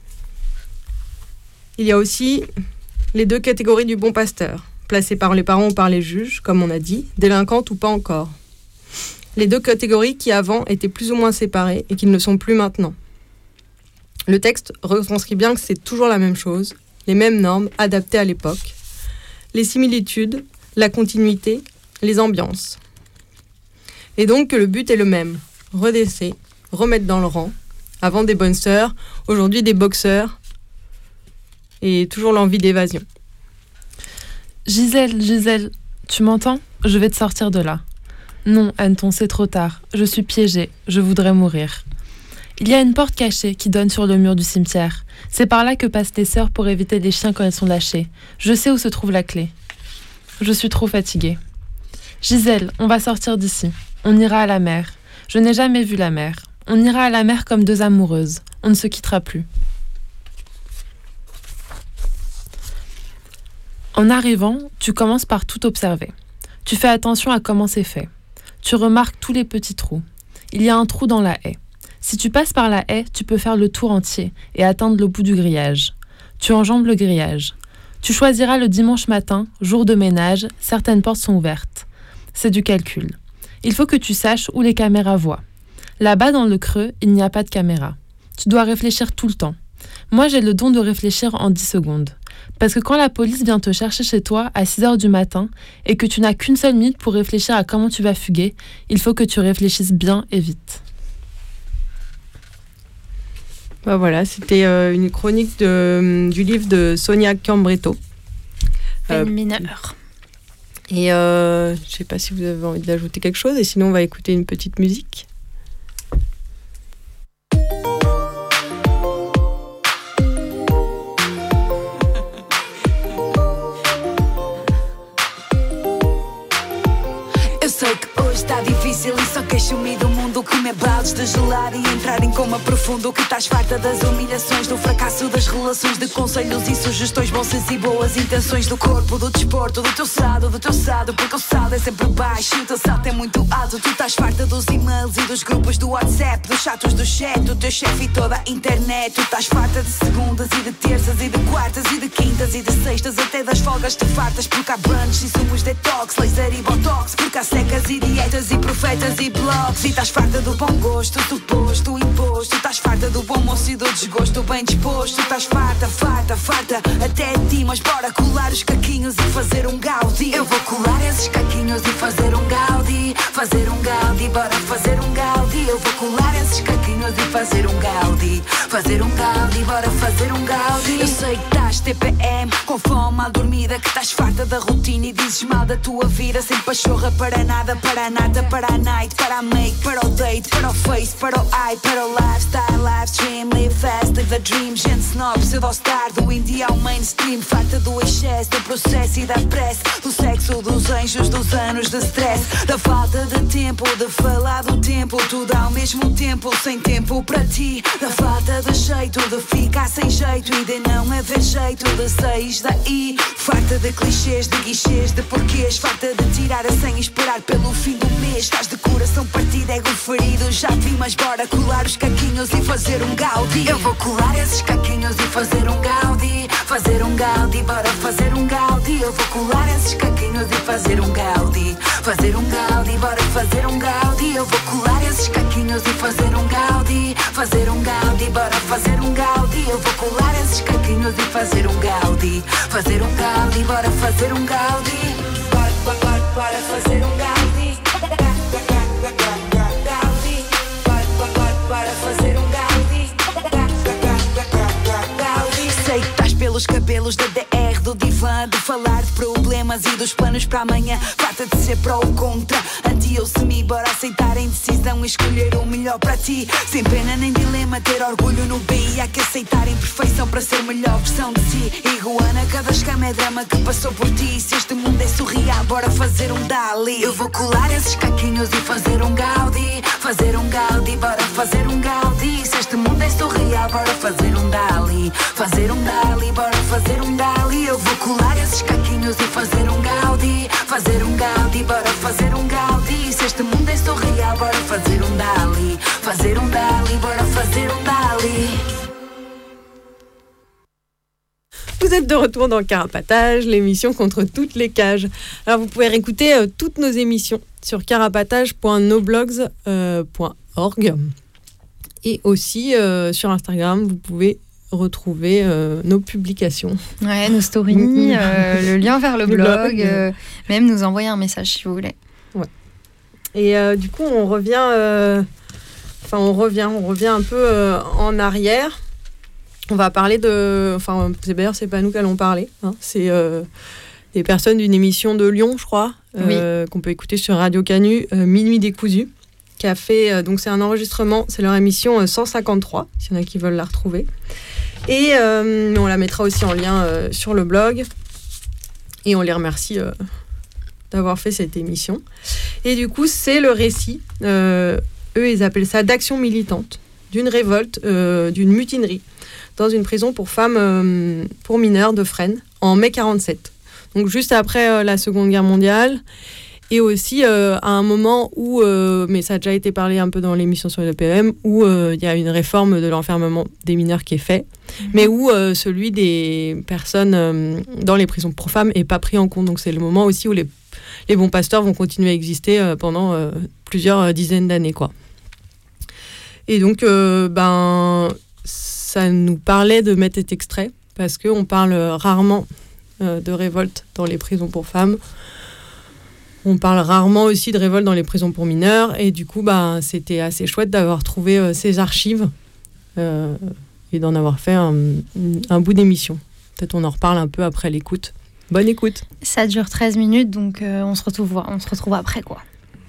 Il y a aussi les deux catégories du bon pasteur, placées par les parents ou par les juges, comme on a dit, délinquantes ou pas encore. Les deux catégories qui avant étaient plus ou moins séparées et qui ne le sont plus maintenant. Le texte retranscrit bien que c'est toujours la même chose, les mêmes normes adaptées à l'époque, les similitudes, la continuité, les ambiances. Et donc que le but est le même, redresser, remettre dans le rang, avant des bonnes sœurs, aujourd'hui des boxeurs, et toujours l'envie d'évasion. Gisèle, Gisèle, tu m'entends ? Je vais te sortir de là. Non, Anton, c'est trop tard. Je suis piégée, je voudrais mourir. Il y a une porte cachée qui donne sur le mur du cimetière. C'est par là que passent tes sœurs pour éviter les chiens quand elles sont lâchées. Je sais où se trouve la clé. Je suis trop fatiguée. Gisèle, on va sortir d'ici. On ira à la mer. Je n'ai jamais vu la mer. On ira à la mer comme deux amoureuses. On ne se quittera plus. En arrivant, tu commences par tout observer. Tu fais attention à comment c'est fait. Tu remarques tous les petits trous. Il y a un trou dans la haie. Si tu passes par la haie, tu peux faire le tour entier et atteindre le bout du grillage. Tu enjambes le grillage. Tu choisiras le dimanche matin, jour de ménage, certaines portes sont ouvertes. C'est du calcul. Il faut que tu saches où les caméras voient. Là-bas, dans le creux, il n'y a pas de caméra. Tu dois réfléchir tout le temps. Moi, j'ai le don de réfléchir en dix secondes. Parce que quand la police vient te chercher chez toi à six heures du matin et que tu n'as qu'une seule minute pour réfléchir à comment tu vas fuguer, il faut que tu réfléchisses bien et vite. Ben voilà, c'était euh, une chronique de, du livre de Sonia Cambretto. Peine euh, mineure. Et euh, je ne sais pas si vous avez envie d'ajouter quelque chose, et sinon on va écouter une petite musique. Sei que hoje está difícil e só queres sumir do mundo. Comer baldes de gelado e entrar em coma profundo. Que estás farta das humilhações, do fracasso das relações, de conselhos e sugestões, bom senso e boas intenções. Do corpo, do desporto, do teu sado, do teu sado. Porque o sado é sempre baixo e o teu salto é muito alto. Tu estás farta dos e-mails e dos grupos do WhatsApp, dos chatos do chat, do teu chefe e toda a internet. Tu estás farta de segundas e de terças e de quartas e de quintas e de sextas, até das folgas te fartas. Porque há brunch e sumos detox, laser e botox. Porque há secas e dietas e profetas e blogs. E estás farta do bom gosto, do posto, do imposto. Estás farta do bom moço e do desgosto bem disposto. Estás farta, farta, farta até de ti. Mas bora colar os caquinhos e fazer um gaudi. Eu vou colar esses caquinhos e fazer um gaudi. Fazer um gaudi, bora fazer um gaudi. Eu vou colar esses caquinhos e fazer um gaudi. Fazer um gaudi, bora fazer um gaudi. Eu sei que estás T P M, com fome mal dormida. Que estás farta da rotina e dizes mal da tua vida. Sem pachorra para nada, para a nada, para a night, para a make, para o date, para o face, para o eye, para o lifestyle, live stream, live fast, live the dream. Gente snob, pseudo-star, do indie ao mainstream. Farta do excesso, do processo e da pressa, do sexo, dos anjos, dos anos de stress, da falta de tempo, de falar do tempo, tudo ao mesmo tempo, sem tempo para ti. Da falta de jeito, de ficar sem jeito e de não haver jeito de sair daí. Farta de clichês, de guichês, de porquês. Farta de tirar a senha e esperar pelo fim do mês. Estás de coração partido, ego ferido. Já vi, mas bora colar os caquinhos e fazer um gaudi. Eu vou colar esses caquinhos e fazer um gaudi. Fazer um gaudi, bora fazer um gaudi. Eu vou colar esses caquinhos e fazer um gaudi. Fazer um gaudi, bora fazer um gaudi. Eu vou colar esses caquinhos e fazer um gaudi. Fazer um gaudi, bora fazer um gaudi. Eu vou colar esses caquinhos e fazer um gaudi. Fazer um gaudi, bora fazer um gaudi. Bora, bora, bora fazer um gaudi. pelos cabelos da D R, do divã, de falar de problemas e dos planos para amanhã. Farta de ser pró ou contra, anti ou semi, bora aceitar a indecisão e escolher o melhor para ti. Sem pena nem dilema, ter orgulho no B I. Há que aceitar a imperfeição para ser melhor versão de si. Iguana, cada escama é drama que passou por ti. Se este mundo é surreal, bora fazer um Dali. Eu vou colar esses caquinhos e fazer um Gaudi. Fazer um Gaudi, bora fazer um Gaudi. Se este mundo é surreal, bora fazer um Dali. Fazer um Dali, bora fazer um Dali. Eu vou colar esses caquinhos e fazer um Gaudi. Fazer um Gaudi, bora fazer um Gaudi. Se este mundo é surreal, bora fazer um Dali. Fazer um Dali, bora fazer um Dali. Vous êtes de retour dans Carapatage, l'émission contre toutes les cages. Alors vous pouvez réécouter euh, toutes nos émissions sur carapatage point noblogs point org et aussi euh, sur Instagram, vous pouvez retrouver euh, nos publications. Ouais, nos stories, euh, le lien vers le, le blog, blog. Euh, même nous envoyer un message si vous voulez. Ouais. Et euh, du coup, on revient, euh, enfin on revient, on revient un peu euh, en arrière. On va parler de... Enfin, c'est, d'ailleurs, c'est pas nous qui allons parler. Hein, c'est euh, des personnes d'une émission de Lyon, je crois, euh, oui. qu'on peut écouter sur Radio Canu, euh, Minuit décousu, qui a fait... Euh, donc, c'est un enregistrement, c'est leur émission euh, cent cinquante-trois, s'il y en a qui veulent la retrouver. Et euh, on la mettra aussi en lien euh, sur le blog. Et on les remercie euh, d'avoir fait cette émission. Et du coup, c'est le récit. Euh, eux, ils appellent ça d'action militante, d'une révolte, euh, d'une mutinerie, dans une prison pour femmes euh, pour mineurs de Fresnes en mai quarante-sept. Donc juste après euh, la Seconde Guerre mondiale et aussi euh, à un moment où, euh, mais ça a déjà été parlé un peu dans l'émission sur le P M, où il euh, y a une réforme de l'enfermement des mineurs qui est fait, mmh. mais où euh, celui des personnes euh, dans les prisons pour femmes n'est pas pris en compte. Donc c'est le moment aussi où les, les bons pasteurs vont continuer à exister euh, pendant euh, plusieurs euh, dizaines d'années, quoi. Et donc, euh, ben... ça nous parlait de mettre cet extrait parce qu'on parle rarement euh, de révolte dans les prisons pour femmes. On parle rarement aussi de révolte dans les prisons pour mineurs. Et du coup, bah, c'était assez chouette d'avoir trouvé euh, ces archives euh, et d'en avoir fait un, un bout d'émission. Peut-être on en reparle un peu après l'écoute. Bonne écoute. Ça dure treize minutes, donc euh, on se retrouve, on se retrouve après, quoi.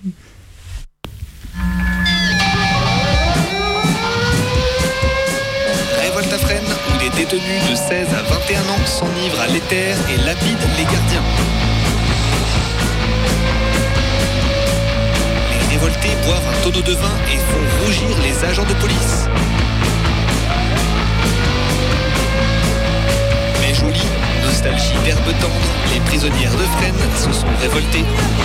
Révolte à Fresnes, où des détenus de seize à vingt et un ans s'enivrent à l'éther et lapident les gardiens. Les révoltés boivent un tonneau de vin et font rougir les agents de police. Mais jolie, nostalgie d'herbe tendre, les prisonnières de Fresnes se sont révoltées.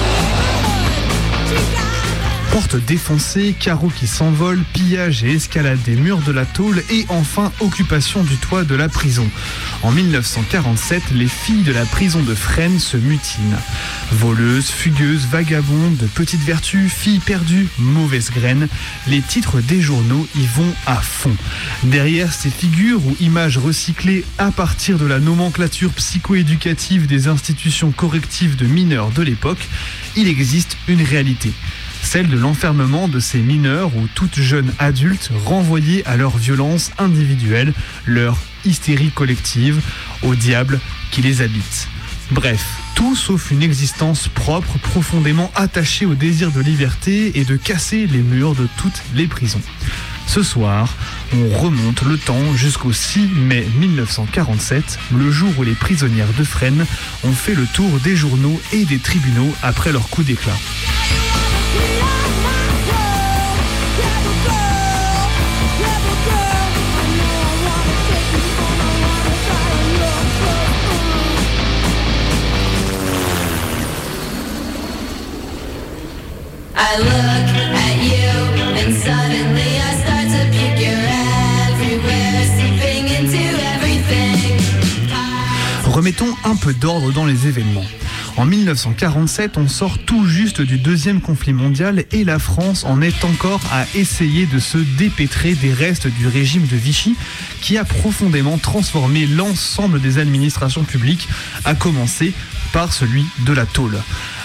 Portes défoncées, carreaux qui s'envolent, pillage et escalade des murs de la tôle et enfin occupation du toit de la prison. En dix-neuf cent quarante-sept, les filles de la prison de Fresnes se mutinent. Voleuses, fugueuses, vagabondes, de petites vertus, filles perdues, mauvaises graines, les titres des journaux y vont à fond. Derrière ces figures ou images recyclées à partir de la nomenclature psychoéducative des institutions correctives de mineurs de l'époque, il existe une réalité. Celle de l'enfermement de ces mineurs ou toutes jeunes adultes renvoyées à leur violence individuelle, leur hystérie collective, au diable qui les habite. Bref, tout sauf une existence propre, profondément attachée au désir de liberté et de casser les murs de toutes les prisons. Ce soir, on remonte le temps jusqu'au six mai dix-neuf cent quarante-sept, le jour où les prisonnières de Fresnes ont fait le tour des journaux et des tribunaux après leur coup d'éclat. I look at you and suddenly I start to puke. You're everywhere, seeping into everything. Remettons un peu d'ordre dans les événements. En dix-neuf cent quarante-sept, on sort tout juste du deuxième conflit mondial et la France en est encore à essayer de se dépêtrer des restes du régime de Vichy qui a profondément transformé l'ensemble des administrations publiques, à commencer par celui de la tôle.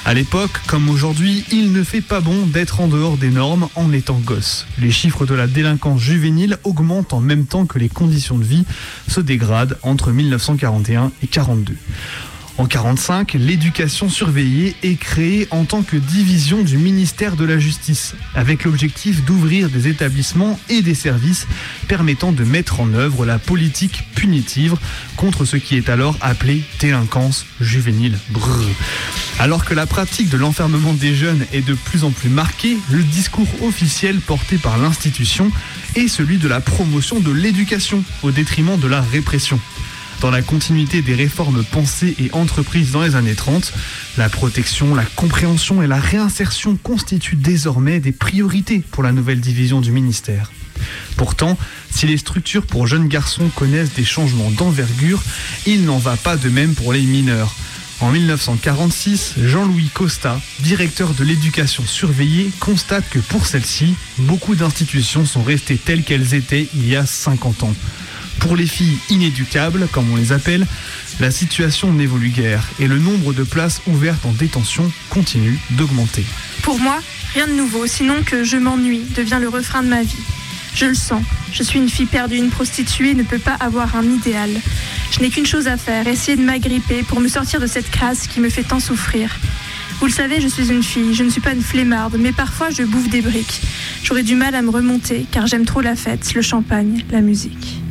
À l'époque, comme aujourd'hui, il ne fait pas bon d'être en dehors des normes en étant gosse. Les chiffres de la délinquance juvénile augmentent en même temps que les conditions de vie se dégradent entre mille neuf cent quarante et un et quarante-deux. En mille neuf cent quarante-cinq, l'éducation surveillée est créée en tant que division du ministère de la Justice, avec l'objectif d'ouvrir des établissements et des services permettant de mettre en œuvre la politique punitive contre ce qui est alors appelé délinquance juvénile. Brrr. Alors que la pratique de l'enfermement des jeunes est de plus en plus marquée, le discours officiel porté par l'institution est celui de la promotion de l'éducation au détriment de la répression. Dans la continuité des réformes pensées et entreprises dans les années trente, la protection, la compréhension et la réinsertion constituent désormais des priorités pour la nouvelle division du ministère. Pourtant, si les structures pour jeunes garçons connaissent des changements d'envergure, il n'en va pas de même pour les mineurs. En mille neuf cent quarante-six, Jean-Louis Costa, directeur de l'éducation surveillée, constate que pour celle-ci, beaucoup d'institutions sont restées telles qu'elles étaient il y a cinquante ans. Pour les filles inéducables, comme on les appelle, la situation n'évolue guère et le nombre de places ouvertes en détention continue d'augmenter. Pour moi, rien de nouveau, sinon que je m'ennuie devient le refrain de ma vie. Je le sens, je suis une fille perdue, une prostituée ne peut pas avoir un idéal. Je n'ai qu'une chose à faire, essayer de m'agripper pour me sortir de cette crasse qui me fait tant souffrir. Vous le savez, je suis une fille, je ne suis pas une flemmarde, mais parfois je bouffe des briques. J'aurais du mal à me remonter car j'aime trop la fête, le champagne, la musique.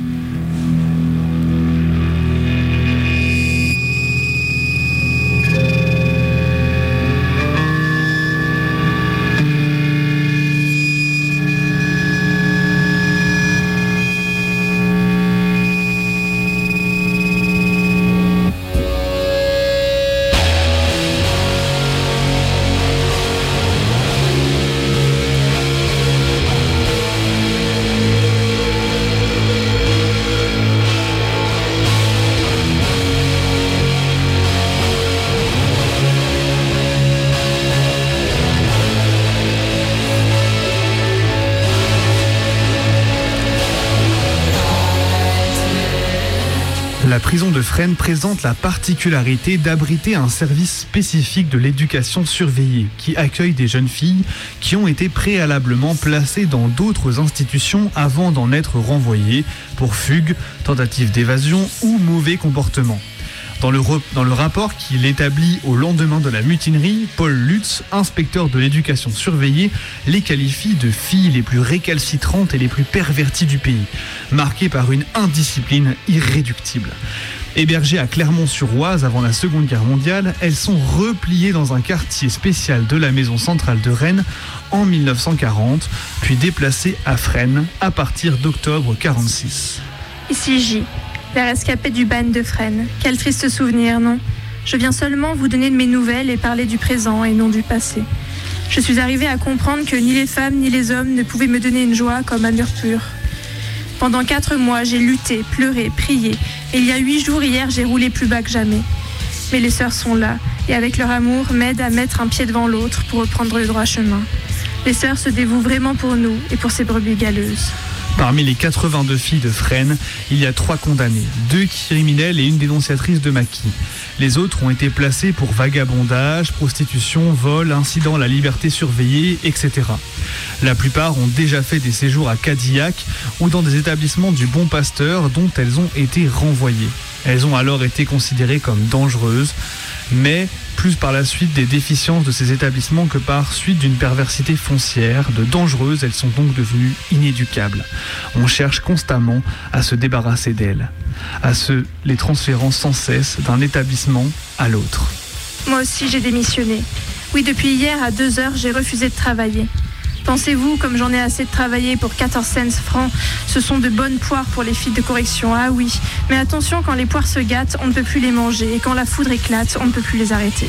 La prison de Fresnes présente la particularité d'abriter un service spécifique de l'éducation surveillée qui accueille des jeunes filles qui ont été préalablement placées dans d'autres institutions avant d'en être renvoyées pour fugue, tentative d'évasion ou mauvais comportement. Dans le, re- dans le rapport qu'il établit au lendemain de la mutinerie, Paul Lutz, inspecteur de l'éducation surveillée, les qualifie de filles les plus récalcitrantes et les plus perverties du pays, marquées par une indiscipline irréductible. Hébergées à Clermont-sur-Oise avant la Seconde Guerre mondiale, elles sont repliées dans un quartier spécial de la maison centrale de Rennes en mille neuf cent quarante, puis déplacées à Fresnes à partir d'octobre mille neuf cent quarante-six. Ici J, la rescapée du ban de Fresnes. Quel triste souvenir, non ? Je viens seulement vous donner de mes nouvelles et parler du présent et non du passé. Je suis arrivée à comprendre que ni les femmes ni les hommes ne pouvaient me donner une joie comme amour pur. Pendant quatre mois, j'ai lutté, pleuré, prié. Et il y a huit jours hier, j'ai roulé plus bas que jamais. Mais les sœurs sont là, et avec leur amour, m'aident à mettre un pied devant l'autre pour reprendre le droit chemin. Les sœurs se dévouent vraiment pour nous et pour ces brebis galeuses. Parmi les quatre-vingt-deux filles de Fresnes, il y a trois condamnées, deux criminelles et une dénonciatrice de maquis. Les autres ont été placées pour vagabondage, prostitution, vol, incident à la liberté surveillée, et cetera. La plupart ont déjà fait des séjours à Cadillac ou dans des établissements du Bon Pasteur dont elles ont été renvoyées. Elles ont alors été considérées comme dangereuses, mais plus par la suite des déficiences de ces établissements que par suite d'une perversité foncière. De dangereuses, elles sont donc devenues inéducables. On cherche constamment à se débarrasser d'elles, à se les transférant sans cesse d'un établissement à l'autre. Moi aussi, j'ai démissionné. Oui, depuis hier à deux heures, j'ai refusé de travailler. Pensez-vous, comme j'en ai assez de travailler pour quatorze cents francs, ce sont de bonnes poires pour les filles de correction, ah oui. Mais attention, quand les poires se gâtent, on ne peut plus les manger. Et quand la foudre éclate, on ne peut plus les arrêter.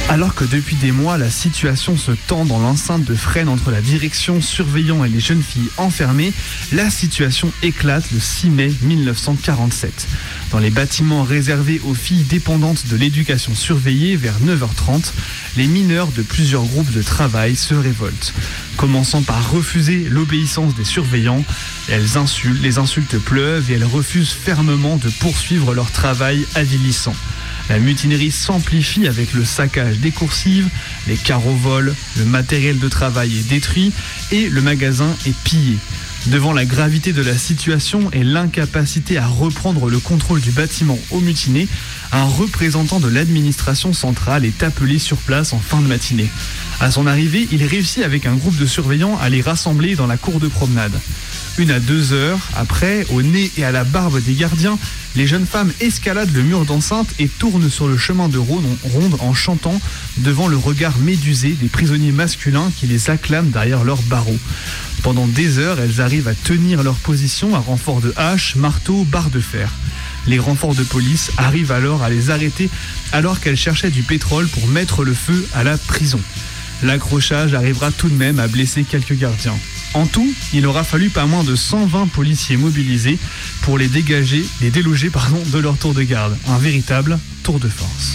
Alors que depuis des mois, la situation se tend dans l'enceinte de Fresnes entre la direction, surveillants et les jeunes filles enfermées, la situation éclate le six mai mille neuf cent quarante-sept. Dans les bâtiments réservés aux filles dépendantes de l'éducation surveillée, vers neuf heures trente, les mineurs de plusieurs groupes de travail se révoltent. Commençant par refuser l'obéissance des surveillants, elles insultent, les insultes pleuvent et elles refusent fermement de poursuivre leur travail avilissant. La mutinerie s'amplifie avec le saccage des coursives, les carreaux volent, le matériel de travail est détruit et le magasin est pillé. Devant la gravité de la situation et l'incapacité à reprendre le contrôle du bâtiment aux mutinés, un représentant de l'administration centrale est appelé sur place en fin de matinée. À son arrivée, il réussit avec un groupe de surveillants à les rassembler dans la cour de promenade. Une à deux heures après, au nez et à la barbe des gardiens, les jeunes femmes escaladent le mur d'enceinte et tournent sur le chemin de ronde en chantant devant le regard médusé des prisonniers masculins qui les acclament derrière leurs barreaux. Pendant des heures, elles arrivent à tenir leur position à renfort de haches, marteaux, barres de fer. Les renforts de police arrivent alors à les arrêter alors qu'elles cherchaient du pétrole pour mettre le feu à la prison. L'accrochage arrivera tout de même à blesser quelques gardiens. En tout, il aura fallu pas moins de cent vingt policiers mobilisés pour les dégager, les déloger pardon, de leur tour de garde. Un véritable tour de force.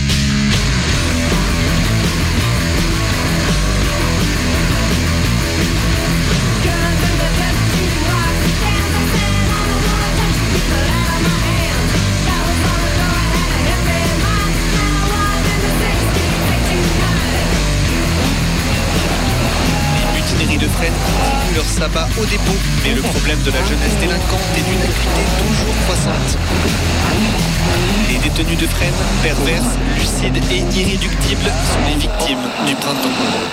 Leur sabbat au dépôt, mais le problème de la jeunesse délinquante est d'une acuité toujours croissante. Les détenus de Fresnes, perverses, lucides et irréductibles, sont les victimes du printemps.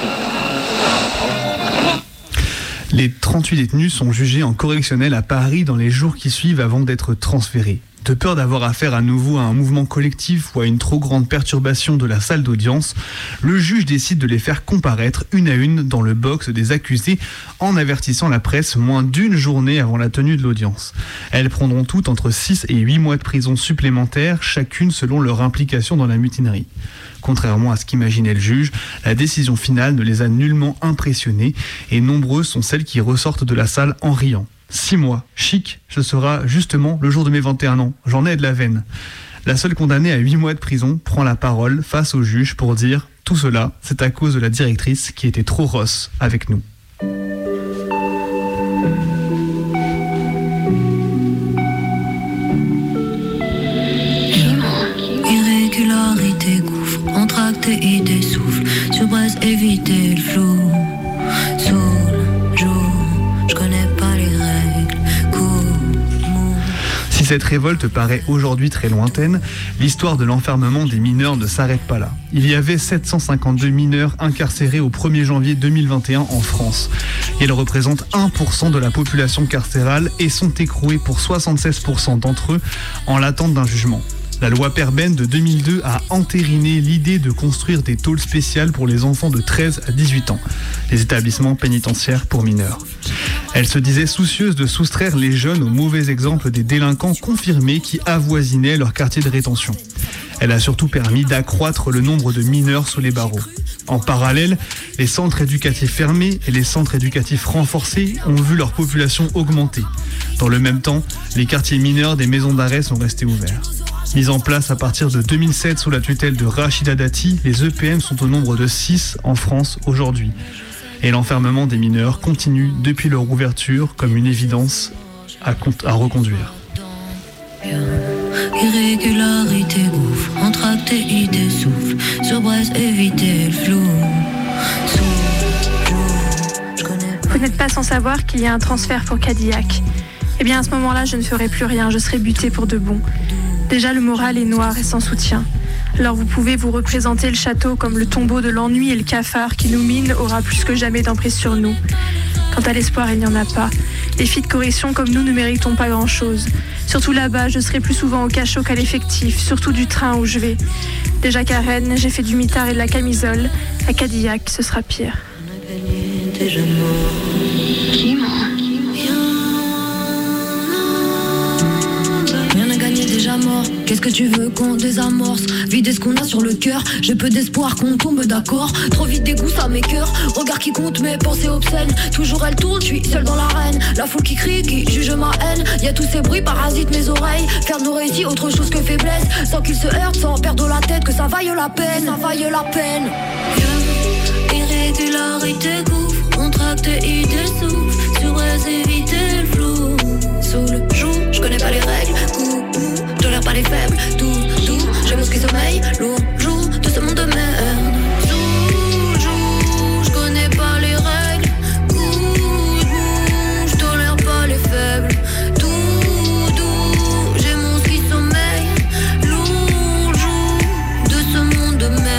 Les trente-huit détenus sont jugés en correctionnel à Paris dans les jours qui suivent avant d'être transférés. De peur d'avoir affaire à nouveau à un mouvement collectif ou à une trop grande perturbation de la salle d'audience, le juge décide de les faire comparaître une à une dans le box des accusés en avertissant la presse moins d'une journée avant la tenue de l'audience. Elles prendront toutes entre six et huit mois de prison supplémentaires, chacune selon leur implication dans la mutinerie. Contrairement à ce qu'imaginait le juge, la décision finale ne les a nullement impressionnées et nombreuses sont celles qui ressortent de la salle en riant. Six mois, chic, ce sera justement le jour de mes vingt et un ans, j'en ai de la veine. La seule condamnée à huit mois de prison prend la parole face au juge pour dire « Tout cela, c'est à cause de la directrice qui était trop rosse avec nous ». Irrégularité, gouffre, entracté, idée, souffle, surprise, éviter le flou, soul, jour, je connais pas les règles, cool, mou. Si cette révolte paraît aujourd'hui très lointaine, l'histoire de l'enfermement des mineurs ne s'arrête pas là. Il y avait sept cent cinquante-deux mineurs incarcérés au premier janvier deux mille vingt et un en France. Ils représentent un pour cent de la population carcérale et sont écroués pour soixante-seize pour cent d'entre eux en l'attente d'un jugement. La loi Perben de deux mille deux a entériné l'idée de construire des tôles spéciales pour les enfants de treize à dix-huit ans, les établissements pénitentiaires pour mineurs. Elle se disait soucieuse de soustraire les jeunes aux mauvais exemples des délinquants confirmés qui avoisinaient leur quartier de rétention. Elle a surtout permis d'accroître le nombre de mineurs sous les barreaux. En parallèle, les centres éducatifs fermés et les centres éducatifs renforcés ont vu leur population augmenter. Dans le même temps, les quartiers mineurs des maisons d'arrêt sont restés ouverts. Mis en place à partir de deux mille sept sous la tutelle de Rachida Dati, les E P M sont au nombre de six en France aujourd'hui. Et l'enfermement des mineurs continue depuis leur ouverture comme une évidence à, à reconduire. Irrégularité, gouffre, entracté, idée, souffle, surprise, éviter le flou. Vous n'êtes pas sans savoir qu'il y a un transfert pour Cadillac. Eh bien à ce moment-là, je ne ferai plus rien, je serai butée pour de bon. Déjà le moral est noir et sans soutien. Alors vous pouvez vous représenter le château comme le tombeau de l'ennui et le cafard qui nous mine aura plus que jamais d'emprise sur nous. Quant à l'espoir, il n'y en a pas. Les filles de correction comme nous ne méritons pas grand-chose. Surtout là-bas, je serai plus souvent au cachot qu'à l'effectif, surtout du train où je vais. Déjà qu'à Rennes, j'ai fait du mitard et de la camisole. À Cadillac, ce sera pire. Rien n'a gagné, déjà mort. Est-ce que tu veux qu'on désamorce, vider ce qu'on a sur le cœur? J'ai peu d'espoir qu'on tombe d'accord. Trop vite dégoût ça m'écœure. Regard qui compte mes pensées obscènes. Toujours elle tourne, je suis seule dans l'arène. La foule qui crie, qui juge ma haine. Y'a tous ces bruits parasitent mes oreilles. Faire de nos récits autre chose que faiblesse. Sans qu'ils se heurtent, sans perdre la tête. Que ça vaille la peine, ça vaille la peine. Irrégularité gouffre, contracte et idée souffle. Sur éviter le flou. Sous le joug, je connais pas les règles. Coup, coup, je tolère pas les faibles. Tout, tout, j'aime ce qui sommeille. Lourd, joue de ce monde de merde. Sous, joue, je connais pas les règles. Coup, joue, je tolère pas les faibles. Tout, tout, j'aime ce qui sommeille. Lourd, joue de ce monde de merde.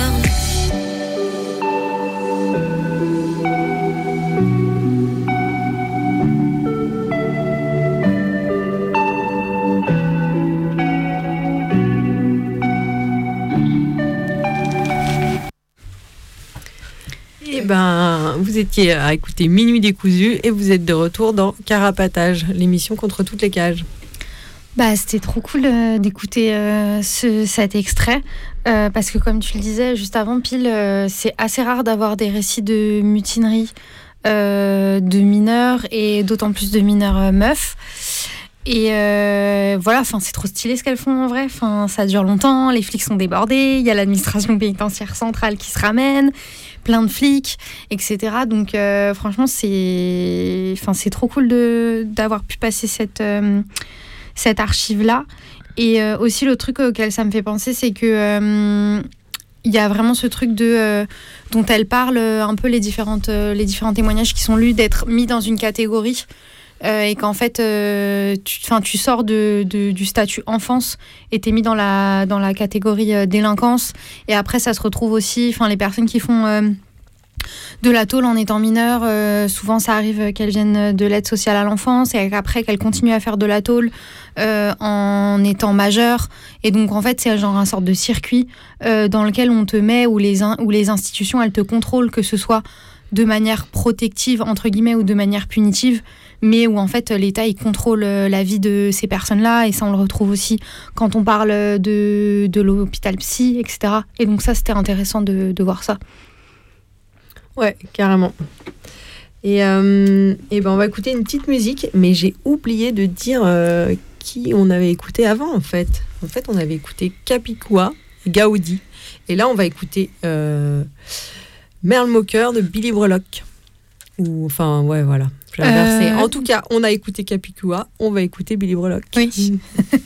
Ben, vous étiez à écouter Minuit décousu et vous êtes de retour dans Carapatage, l'émission contre toutes les cages. Bah, c'était trop cool euh, d'écouter euh, ce, cet extrait euh, parce que comme tu le disais juste avant, Pile, euh, c'est assez rare d'avoir des récits de mutinerie euh, de mineurs et d'autant plus de mineurs euh, meufs. Et euh, voilà, c'est trop stylé ce qu'elles font en vrai. Ça dure longtemps, les flics sont débordés, il y a l'administration pénitentiaire centrale qui se ramène, plein de flics, et cetera. Donc euh, franchement, c'est trop cool de, d'avoir pu passer cette, euh, cette archive-là. Et euh, aussi, le truc auquel ça me fait penser, c'est que euh, il y a vraiment ce truc de, euh, dont elle parle, un peu les, différentes, euh, les différents témoignages qui sont lus, d'être mis dans une catégorie. Euh, et qu'en fait, euh, tu, tu sors de, de, du statut enfance et t'es mis dans la, dans la catégorie euh, délinquance. Et après, ça se retrouve aussi, les personnes qui font euh, de la tôle en étant mineures, euh, souvent ça arrive qu'elles viennent de l'aide sociale à l'enfance et après qu'elles continuent à faire de la tôle euh, en étant majeures. Et donc, en fait, c'est genre un sorte de circuit euh, dans lequel on te met, où les, in, où les institutions, elles te contrôlent, que ce soit de manière protective, entre guillemets, ou de manière punitive, mais où en fait l'État il contrôle la vie de ces personnes-là, et ça on le retrouve aussi quand on parle de, de l'hôpital psy, et cetera. Et donc ça c'était intéressant de, de voir ça. Ouais, carrément. Et, euh, et ben on va écouter une petite musique, mais j'ai oublié de dire euh, qui on avait écouté avant en fait. En fait on avait écouté Capicua, Gaudi, et là on va écouter euh, Merle Moqueur de Billy Breloque. Ou enfin ouais voilà. Euh... En tout cas, on a écouté Capicua, on va écouter Billy Breloque. Oui.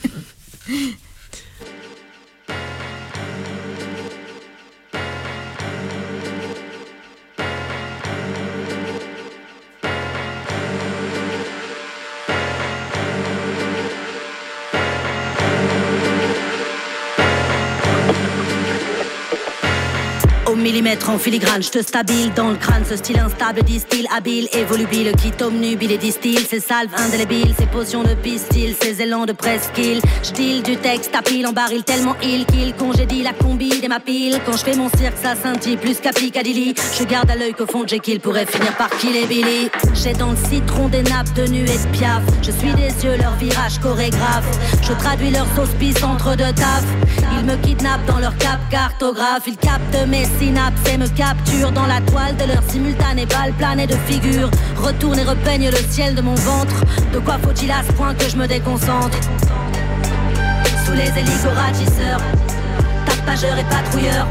Au millimètre en filigrane, je te stabile dans le crâne. Ce style instable, distille, habile et volubile, qui t'omnubile et distille. Ces salves indélébiles, ces potions de pistil, ces élans de presqu'île. J'deal du texte à pile en baril, tellement il qu'il congédie la combi des ma pile. Quand je fais mon cirque, ça scintille plus qu'à Piccadilly. Je garde à l'œil qu'au fond de Jekyll pourrait finir par Kill Billy. J'ai dans le citron des nappes de nuée de Piaf. Je suis des yeux, leur virage chorégraphe. Je traduis leurs auspices entre deux taf. Ils me kidnappent dans leur cap cartographe. Ils captent mes synapses et me capturent dans la toile de leur simultané balle plané de figures. Retourne et repeigne le ciel de mon ventre. De quoi faut-il à ce point que je me déconcentre? Sous les hélicos-ratisseurs, tapageurs et patrouilleurs.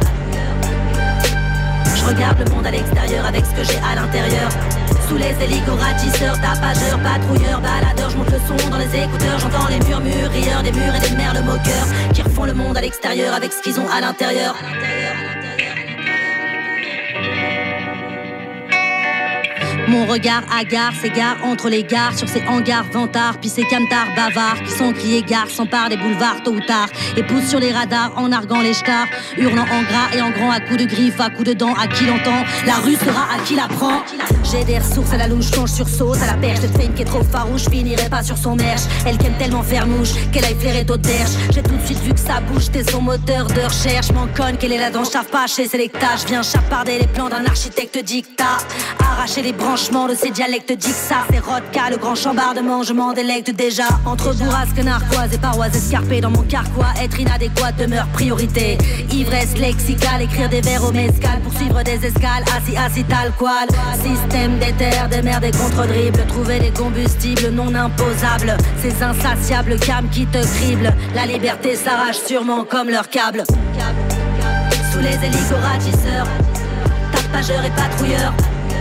Je regarde le monde à l'extérieur avec ce que j'ai à l'intérieur. Sous les hélicos-ratisseurs, tapageurs, patrouilleurs, baladeurs. Je monte le son dans les écouteurs, j'entends les murmures, rieurs des murs et des merles moqueurs qui refont le monde à l'extérieur avec ce qu'ils ont à l'intérieur. Mon regard hagard s'égare entre les gares, sur ces hangars vantards, puis ces camtards bavards qui sont criés gares, s'emparent des boulevards tôt ou tard, et poussent sur les radars en narguant les stars, hurlant en gras et en grand à coups de griffes, à coups de dents, à qui l'entend. La rue sera à qui la prend. J'ai des ressources à la louche quand je sursaute à la perche de fame qui est trop farouche, finirait pas sur son merche. Elle qui aime tellement faire mouche qu'elle aille flairer d'autres derches. J'ai tout de suite vu que ça bouge, t'es son moteur de recherche. M'en conne qu'elle est là dans je pas chez sélectage. Viens chaparder les plans d'un architecte dictat, arracher les branches retranchements de ces dialectes d'Ixa. C'est Rodka, le grand chambardement, je m'en délecte déjà. Entre bourrasques narquoises et parois escarpées dans mon carquois, être inadéquat demeure priorité. Ivresse lexicale, écrire des vers au mescal, poursuivre des escales, assis, assis, tal qual. Système d'éther, des mers, des contre-dribbles, trouver des combustibles non imposables. Ces insatiables cames qui te criblent, la liberté s'arrache sûrement comme leur câble. Sous les hélico-ratisseurs, tapageurs et patrouilleurs,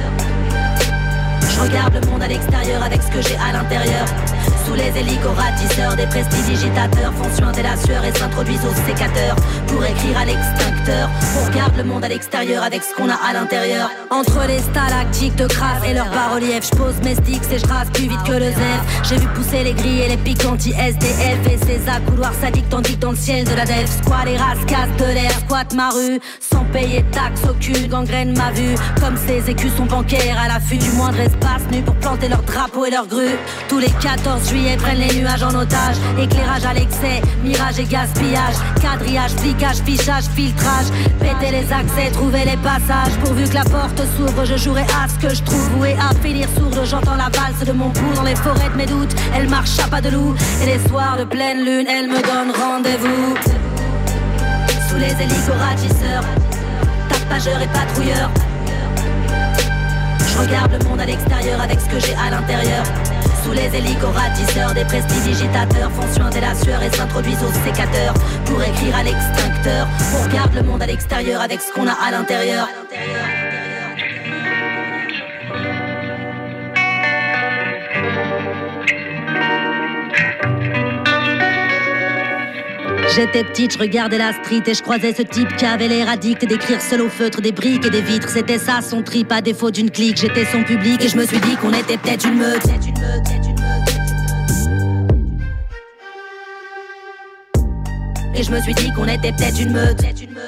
je regarde le monde à l'extérieur avec ce que j'ai à l'intérieur. Sous les hélico-ratisseurs, des prestidigitateurs font suinter la sueur et s'introduisent au sécateur pour écrire à l'extincteur. On regarde le monde à l'extérieur avec ce qu'on a à l'intérieur. Entre les stalactiques de crasse et leurs bas-reliefs, je pose mes sticks et je trace plus vite que le zef. J'ai vu pousser les grilles et les pics anti-S D F et ces accoudoirs sadiques tandis que dans le ciel de la def squat les races cassent de l'air, squat ma rue sans payer taxe aucune, gangrène ma vue. Comme ces écus sont bancaires à l'affût du moindre espace nu pour planter leurs drapeaux et leurs grues. Tous les quatorze juillet prennent les nuages en otage. Éclairage à l'excès, mirage et gaspillage, quadrillage, flicage, fichage, filtrage. Péter les accès, trouver les passages. Pourvu que la porte s'ouvre, je jouerai à ce que je trouve. Voué à finir sourde, j'entends la valse de mon pouls dans les forêts de mes doutes. Elle marche à pas de loup et les soirs de pleine lune, elle me donne rendez-vous. Sous les hélico-ratisseurs, tapageurs et patrouilleurs, je regarde le monde à l'extérieur avec ce que j'ai à l'intérieur. Sous les hélico-ratisseurs, des prestidigitateurs font suinter la sueur et s'introduisent au sécateur pour écrire à l'extincteur. On regarde le monde à l'extérieur avec ce qu'on a à l'intérieur. J'étais petite, je regardais la street et je croisais ce type qui avait l'air addict d'écrire seul au feutre des briques et des vitres. C'était ça son trip à défaut d'une clique. J'étais son public et je me suis dit qu'on était peut-être une meute. Et je me suis dit qu'on était peut-être une meute.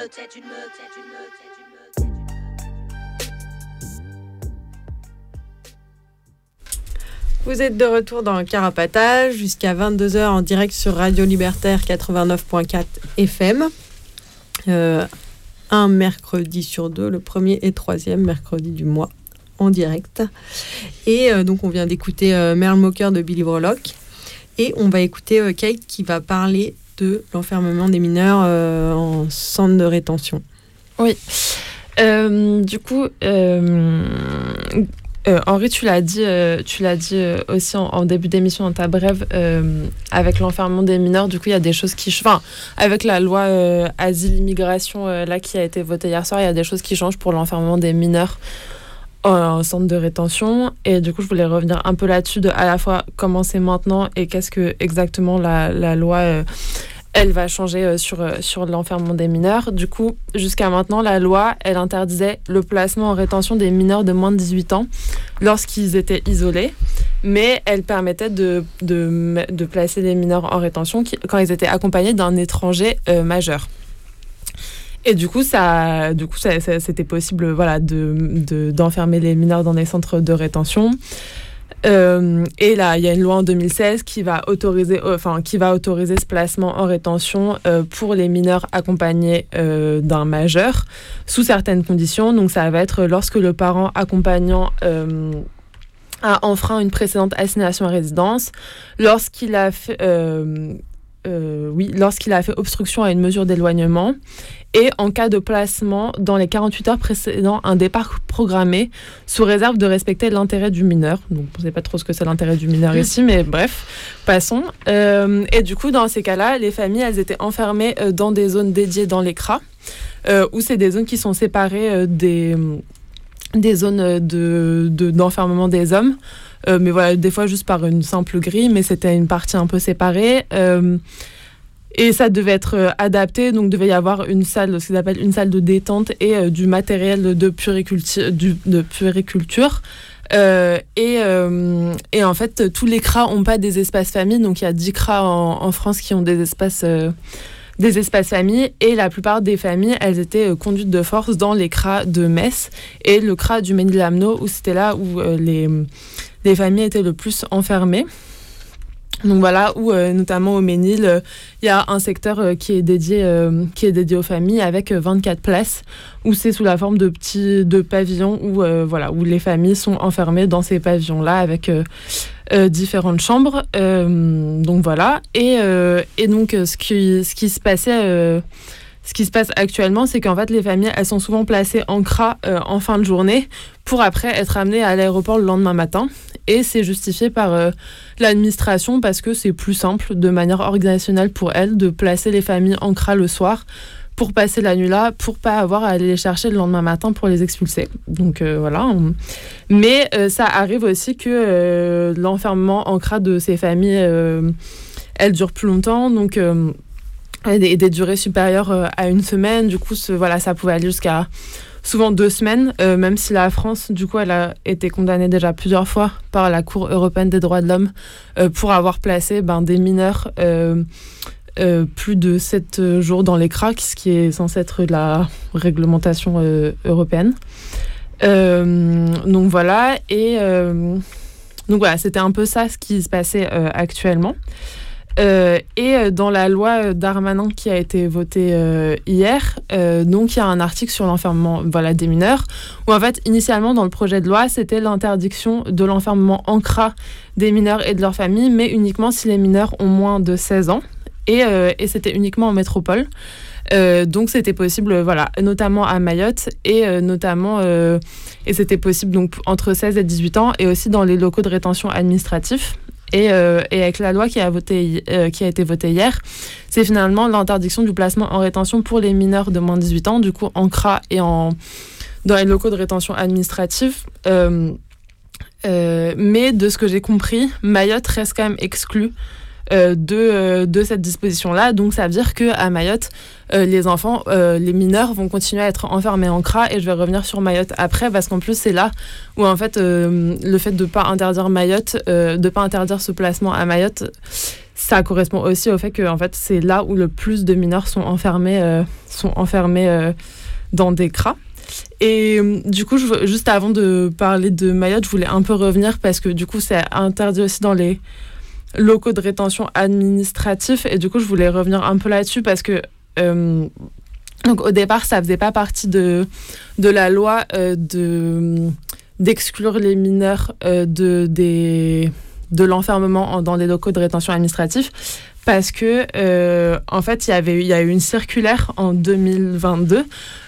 Vous êtes de retour dans Carapatage jusqu'à vingt-deux heures en direct sur Radio Libertaire quatre-vingt-neuf point quatre F M. Euh, un mercredi sur deux, le premier et troisième mercredi du mois en direct. Et euh, donc on vient d'écouter euh, Merle Mocker de Billy Brolock. Et on va écouter euh, Kate qui va parler de l'enfermement des mineurs euh, en centre de rétention. Oui. Euh, du coup... Euh... Euh, Henri, tu l'as dit, euh, tu l'as dit euh, aussi en, en début d'émission dans ta brève, euh, avec l'enfermement des mineurs, du coup, il y a des choses qui... Enfin, avec la loi euh, asile-immigration euh, là, qui a été votée hier soir, il y a des choses qui changent pour l'enfermement des mineurs en, en centre de rétention. Et du coup, je voulais revenir un peu là-dessus, de à la fois comment c'est maintenant et qu'est-ce que exactement la, la loi... Euh, elle va changer sur, sur l'enfermement des mineurs. Du coup, jusqu'à maintenant, la loi, elle interdisait le placement en rétention des mineurs de moins de dix-huit ans lorsqu'ils étaient isolés, mais elle permettait de, de, de placer les mineurs en rétention qui, quand ils étaient accompagnés d'un étranger euh, majeur. Et du coup, ça, du coup ça, ça, c'était possible voilà, de, de, d'enfermer les mineurs dans des centres de rétention. Euh, et là, il y a une loi en deux mille seize qui va autoriser, euh, enfin, qui va autoriser ce placement en rétention euh, pour les mineurs accompagnés euh, d'un majeur sous certaines conditions. Donc, ça va être lorsque le parent accompagnant euh, a enfreint une précédente assignation à résidence, lorsqu'il a fait, euh, euh, oui, lorsqu'il a fait obstruction à une mesure d'éloignement. Et en cas de placement dans les quarante-huit heures précédant un départ programmé, sous réserve de respecter l'intérêt du mineur. Donc, on ne sait pas trop ce que c'est l'intérêt du mineur ici, mais bref, passons. Euh, et du coup, dans ces cas-là, les familles, elles étaient enfermées dans des zones dédiées dans les C R A, euh, où c'est des zones qui sont séparées des, des zones de, de, d'enfermement des hommes. Euh, mais voilà, des fois juste par une simple grille, mais c'était une partie un peu séparée. Euh, Et ça devait être adapté, donc devait y avoir une salle, ce qu'ils appellent une salle de détente et euh, du matériel de puériculture. Du, de puériculture. Euh, et, euh, et en fait, tous les C R A n'ont pas des espaces familles, donc il y a dix C R A en, en France qui ont des espaces, euh, des espaces familles, et la plupart des familles, elles étaient euh, conduites de force dans les C R A de Metz et le C R A du Mesnil-Amnod, où c'était là où euh, les, les familles étaient le plus enfermées. Donc voilà, où euh, notamment au Ménil, il euh, y a un secteur euh, qui est dédié euh, qui est dédié aux familles avec euh, vingt-quatre places, où c'est sous la forme de petits de pavillons où euh, voilà où les familles sont enfermées dans ces pavillons-là avec euh, euh, différentes chambres. Euh, donc voilà, et euh, et donc ce qui ce qui se passait. Euh, Ce qui se passe actuellement, c'est qu'en fait, les familles, elles sont souvent placées en C R A euh, en fin de journée pour après être amenées à l'aéroport le lendemain matin. Et c'est justifié par euh, l'administration parce que c'est plus simple, de manière organisationnelle pour elles, de placer les familles en C R A le soir pour passer la nuit là, pour pas avoir à aller les chercher le lendemain matin pour les expulser. Donc euh, voilà. On... Mais euh, ça arrive aussi que euh, l'enfermement en C R A de ces familles, euh, elle dure plus longtemps. Donc... Euh, Et des, des durées supérieures euh, à une semaine. Du coup, ce, voilà, ça pouvait aller jusqu'à souvent deux semaines, euh, même si la France, du coup, elle a été condamnée déjà plusieurs fois par la Cour européenne des droits de l'homme euh, pour avoir placé ben, des mineurs euh, euh, plus de sept jours dans les C R A, ce qui est censé être la réglementation euh, européenne. Euh, donc voilà, et euh, donc voilà, c'était un peu ça ce qui se passait euh, actuellement. Euh, et dans la loi Darmanin qui a été votée euh, hier, euh, donc il y a un article sur l'enfermement voilà, des mineurs, où en fait, initialement dans le projet de loi, c'était l'interdiction de l'enfermement en C R A des mineurs et de leurs familles, mais uniquement si les mineurs ont moins de seize ans, et, euh, et c'était uniquement en métropole. Euh, donc c'était possible, voilà, notamment à Mayotte, et euh, notamment, euh, et c'était possible donc entre seize et dix-huit ans, et aussi dans les locaux de rétention administratifs. Et, euh, et avec la loi qui a, voté, euh, qui a été votée hier, c'est finalement l'interdiction du placement en rétention pour les mineurs de moins de dix-huit ans, du coup en C R A et en, dans les locaux de rétention administrative. Euh, euh, mais de ce que j'ai compris, Mayotte reste quand même exclue euh, de, euh, de cette disposition-là. Donc ça veut dire qu'à Mayotte, euh, les enfants, euh, les mineurs vont continuer à être enfermés en C R A, et je vais revenir sur Mayotte après, parce qu'en plus c'est là où en fait euh, le fait de ne pas interdire Mayotte, euh, de ne pas interdire ce placement à Mayotte, ça correspond aussi au fait que en fait, c'est là où le plus de mineurs sont enfermés, euh, sont enfermés euh, dans des C R A. Et du coup, je, juste avant de parler de Mayotte, je voulais un peu revenir parce que du coup, c'est interdit aussi dans les locaux de rétention administratifs. Et du coup, je voulais revenir un peu là-dessus parce que euh, donc, au départ, ça ne faisait pas partie de, de la loi euh, de, d'exclure les mineurs euh, de, des, de l'enfermement en, dans les locaux de rétention administratifs. Parce que, euh, en fait, il y avait, il y a eu une circulaire en deux mille vingt-deux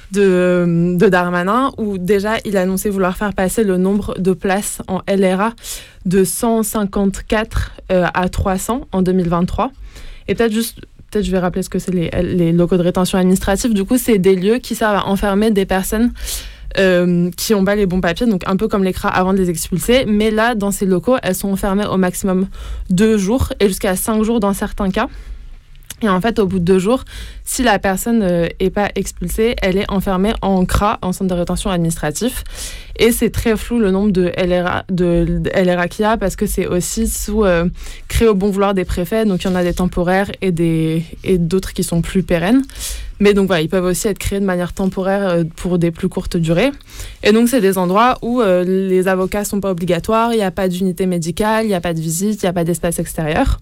de, de Darmanin où déjà il annonçait vouloir faire passer le nombre de places en L R A de cent cinquante-quatre euh, à trois cents en deux mille vingt-trois. Et peut-être juste, peut-être je vais rappeler ce que c'est les, les locaux de rétention administrative. Du coup, c'est des lieux qui servent à enfermer des personnes Euh, qui n'ont pas les bons papiers, donc un peu comme les C R A avant de les expulser. Mais là, dans ces locaux, elles sont enfermées au maximum deux jours et jusqu'à cinq jours dans certains cas. Et en fait, au bout de deux jours, si la personne n'est euh, pas expulsée, elle est enfermée en C R A, en centre de rétention administratif. Et c'est très flou le nombre de L R A, de, de L R A qu'il y a, parce que c'est aussi sous euh, créé au bon vouloir des préfets. Donc il y en a des temporaires et, des, et d'autres qui sont plus pérennes. Mais donc voilà, ils peuvent aussi être créés de manière temporaire euh, pour des plus courtes durées. Et donc c'est des endroits où euh, les avocats ne sont pas obligatoires, il n'y a pas d'unité médicale, il n'y a pas de visite, il n'y a pas d'espace extérieur.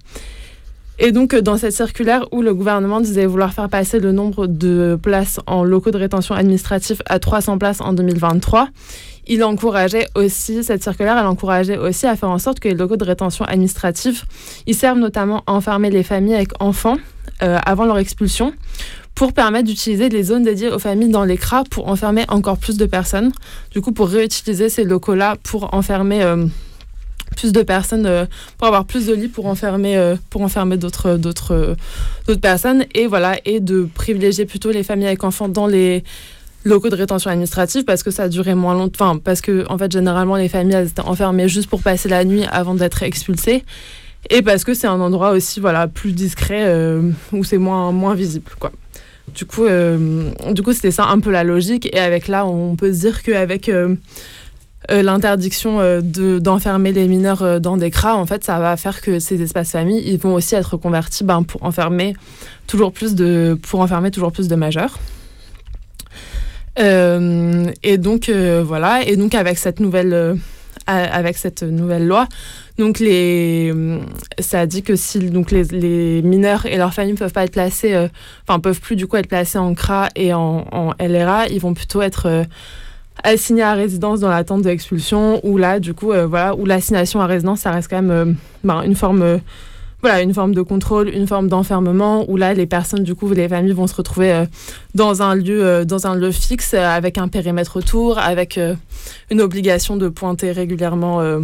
Et donc, dans cette circulaire où le gouvernement disait vouloir faire passer le nombre de places en locaux de rétention administratifs à trois cents places en deux mille vingt-trois, il encourageait aussi, cette circulaire, elle encourageait aussi à faire en sorte que les locaux de rétention administrative, ils servent notamment à enfermer les familles avec enfants euh, avant leur expulsion, pour permettre d'utiliser les zones dédiées aux familles dans les C R A pour enfermer encore plus de personnes. Du coup, pour réutiliser ces locaux-là pour enfermer euh, plus de personnes, euh, pour avoir plus de lits pour enfermer, euh, pour enfermer d'autres, d'autres, euh, d'autres personnes. Et voilà, et de privilégier plutôt les familles avec enfants dans les locaux de rétention administrative parce que ça durait moins longtemps. Enfin, parce que, en fait, généralement, les familles, elles étaient enfermées juste pour passer la nuit avant d'être expulsées. Et parce que c'est un endroit aussi, voilà, plus discret, euh, où c'est moins, moins visible, quoi. Du coup, euh, du coup, c'était ça un peu la logique. Et avec là, on peut se dire qu'avec euh, euh, l'interdiction euh, de, d'enfermer les mineurs euh, dans des C R A, en fait, ça va faire que ces espaces familles, ils vont aussi être convertis ben, pour enfermer toujours plus de, pour enfermer toujours plus de majeurs. Euh, et donc, euh, voilà. Et donc, avec cette nouvelle... Euh, avec cette nouvelle loi, Donc les, ça dit que si donc les, les mineurs et leurs familles peuvent pas être placés, euh, enfin peuvent plus du coup être placés en C R A et en, en L R A, ils vont plutôt être euh, assignés à résidence dans l'attente de l'expulsion. Ou là du coup euh, voilà, où l'assignation à résidence ça reste quand même euh, ben, une forme euh, voilà une forme de contrôle, une forme d'enfermement où là les personnes du coup les familles vont se retrouver euh, dans un lieu euh, dans un lieu fixe euh, avec un périmètre autour, avec euh, une obligation de pointer régulièrement euh,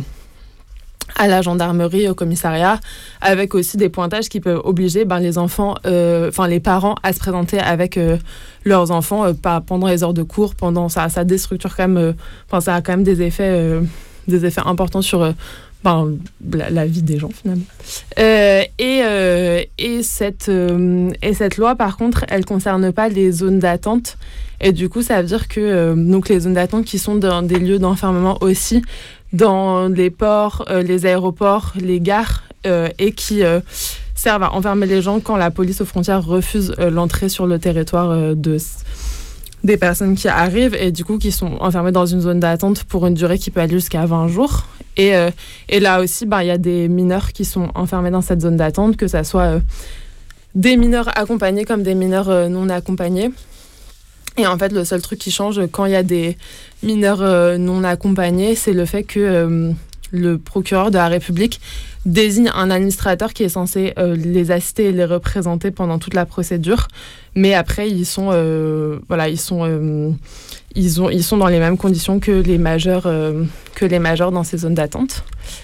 à la gendarmerie, au commissariat, avec aussi des pointages qui peuvent obliger ben, les enfants, enfin euh, les parents à se présenter avec euh, leurs enfants euh, pas pendant les heures de cours, pendant ça, ça déstructure quand même, enfin euh, ça a quand même des effets, euh, des effets importants sur euh, ben, la, la vie des gens finalement. Euh, et, euh, et, cette, euh, et cette loi par contre, elle concerne pas les zones d'attente. Et du coup, ça veut dire que euh, donc les zones d'attente qui sont dans des lieux d'enfermement aussi, dans les ports, euh, les aéroports, les gares, euh, et qui euh, servent à enfermer les gens quand la police aux frontières refuse euh, l'entrée sur le territoire euh, de, des personnes qui arrivent et du coup qui sont enfermées dans une zone d'attente pour une durée qui peut aller jusqu'à vingt jours. Et, euh, et là aussi, bah, y a des mineurs qui sont enfermés dans cette zone d'attente, que ça soit euh, des mineurs accompagnés comme des mineurs euh, non accompagnés. Et en fait, le seul truc qui change quand il y a des mineurs euh, non accompagnés, c'est le fait que euh, le procureur de la République désigne un administrateur qui est censé euh, les assister et les représenter pendant toute la procédure. Mais après, ils sont, euh, voilà, ils sont, euh, ils ont, ils sont dans les mêmes conditions que les majeurs, euh, que les majeurs dans ces zones d'attente.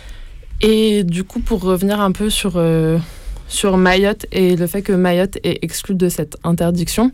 Et du coup, pour revenir un peu sur, euh, sur Mayotte et le fait que Mayotte est exclue de cette interdiction,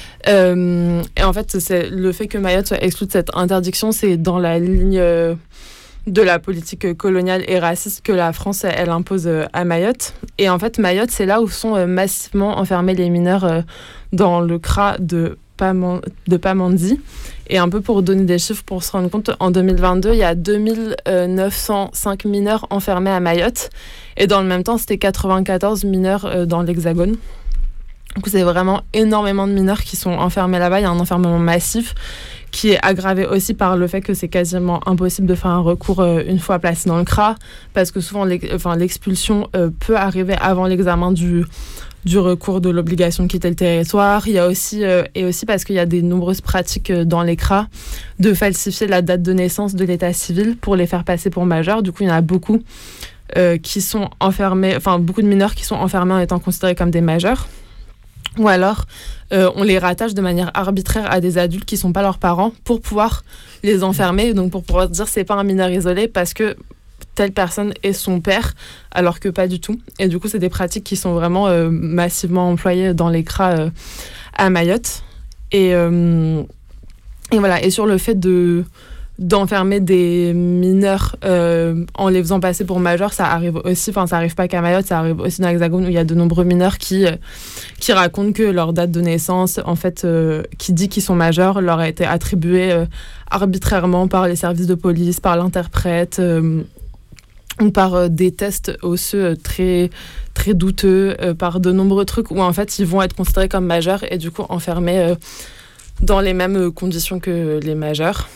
Euh, et en fait, c'est le fait que Mayotte soit exclue de cette interdiction, c'est dans la ligne euh, de la politique coloniale et raciste que la France, elle impose euh, à Mayotte. Et en fait, Mayotte, c'est là où sont euh, massivement enfermés les mineurs euh, dans le C R A de, Paman- de Pamandzi. Et un peu pour donner des chiffres, pour se rendre compte, en deux mille vingt-deux, il y a deux mille neuf cent cinq mineurs enfermés à Mayotte. Et dans le même temps, c'était quatre-vingt-quatorze mineurs euh, dans l'Hexagone. Du coup, c'est vraiment énormément de mineurs qui sont enfermés là-bas. Il y a un enfermement massif qui est aggravé aussi par le fait que c'est quasiment impossible de faire un recours euh, une fois placé dans le C R A, parce que souvent l'ex- enfin, l'expulsion euh, peut arriver avant l'examen du, du recours de l'obligation de quitter le territoire. Il y a aussi, euh, et aussi parce qu'il y a des nombreuses pratiques euh, dans les C R A de falsifier la date de naissance de l'état civil pour les faire passer pour majeurs. Du coup, il y en a beaucoup euh, qui sont enfermés, enfin beaucoup de mineurs qui sont enfermés en étant considérés comme des majeurs. Ou alors, euh, on les rattache de manière arbitraire à des adultes qui ne sont pas leurs parents pour pouvoir les enfermer, donc pour pouvoir dire que ce n'est pas un mineur isolé parce que telle personne est son père, alors que pas du tout. Et du coup, c'est des pratiques qui sont vraiment euh, massivement employées dans les C R A euh, à Mayotte. Et, euh, et voilà, et sur le fait de... d'enfermer des mineurs euh, en les faisant passer pour majeurs, ça arrive aussi, enfin ça arrive pas qu'à Mayotte, ça arrive aussi dans l'Hexagone où il y a de nombreux mineurs qui, euh, qui racontent que leur date de naissance, en fait, euh, qui dit qu'ils sont majeurs, leur a été attribuée euh, arbitrairement par les services de police, par l'interprète, euh, ou par euh, des tests osseux très, très douteux, euh, par de nombreux trucs où en fait ils vont être considérés comme majeurs et du coup enfermés euh, dans les mêmes conditions que les majeurs.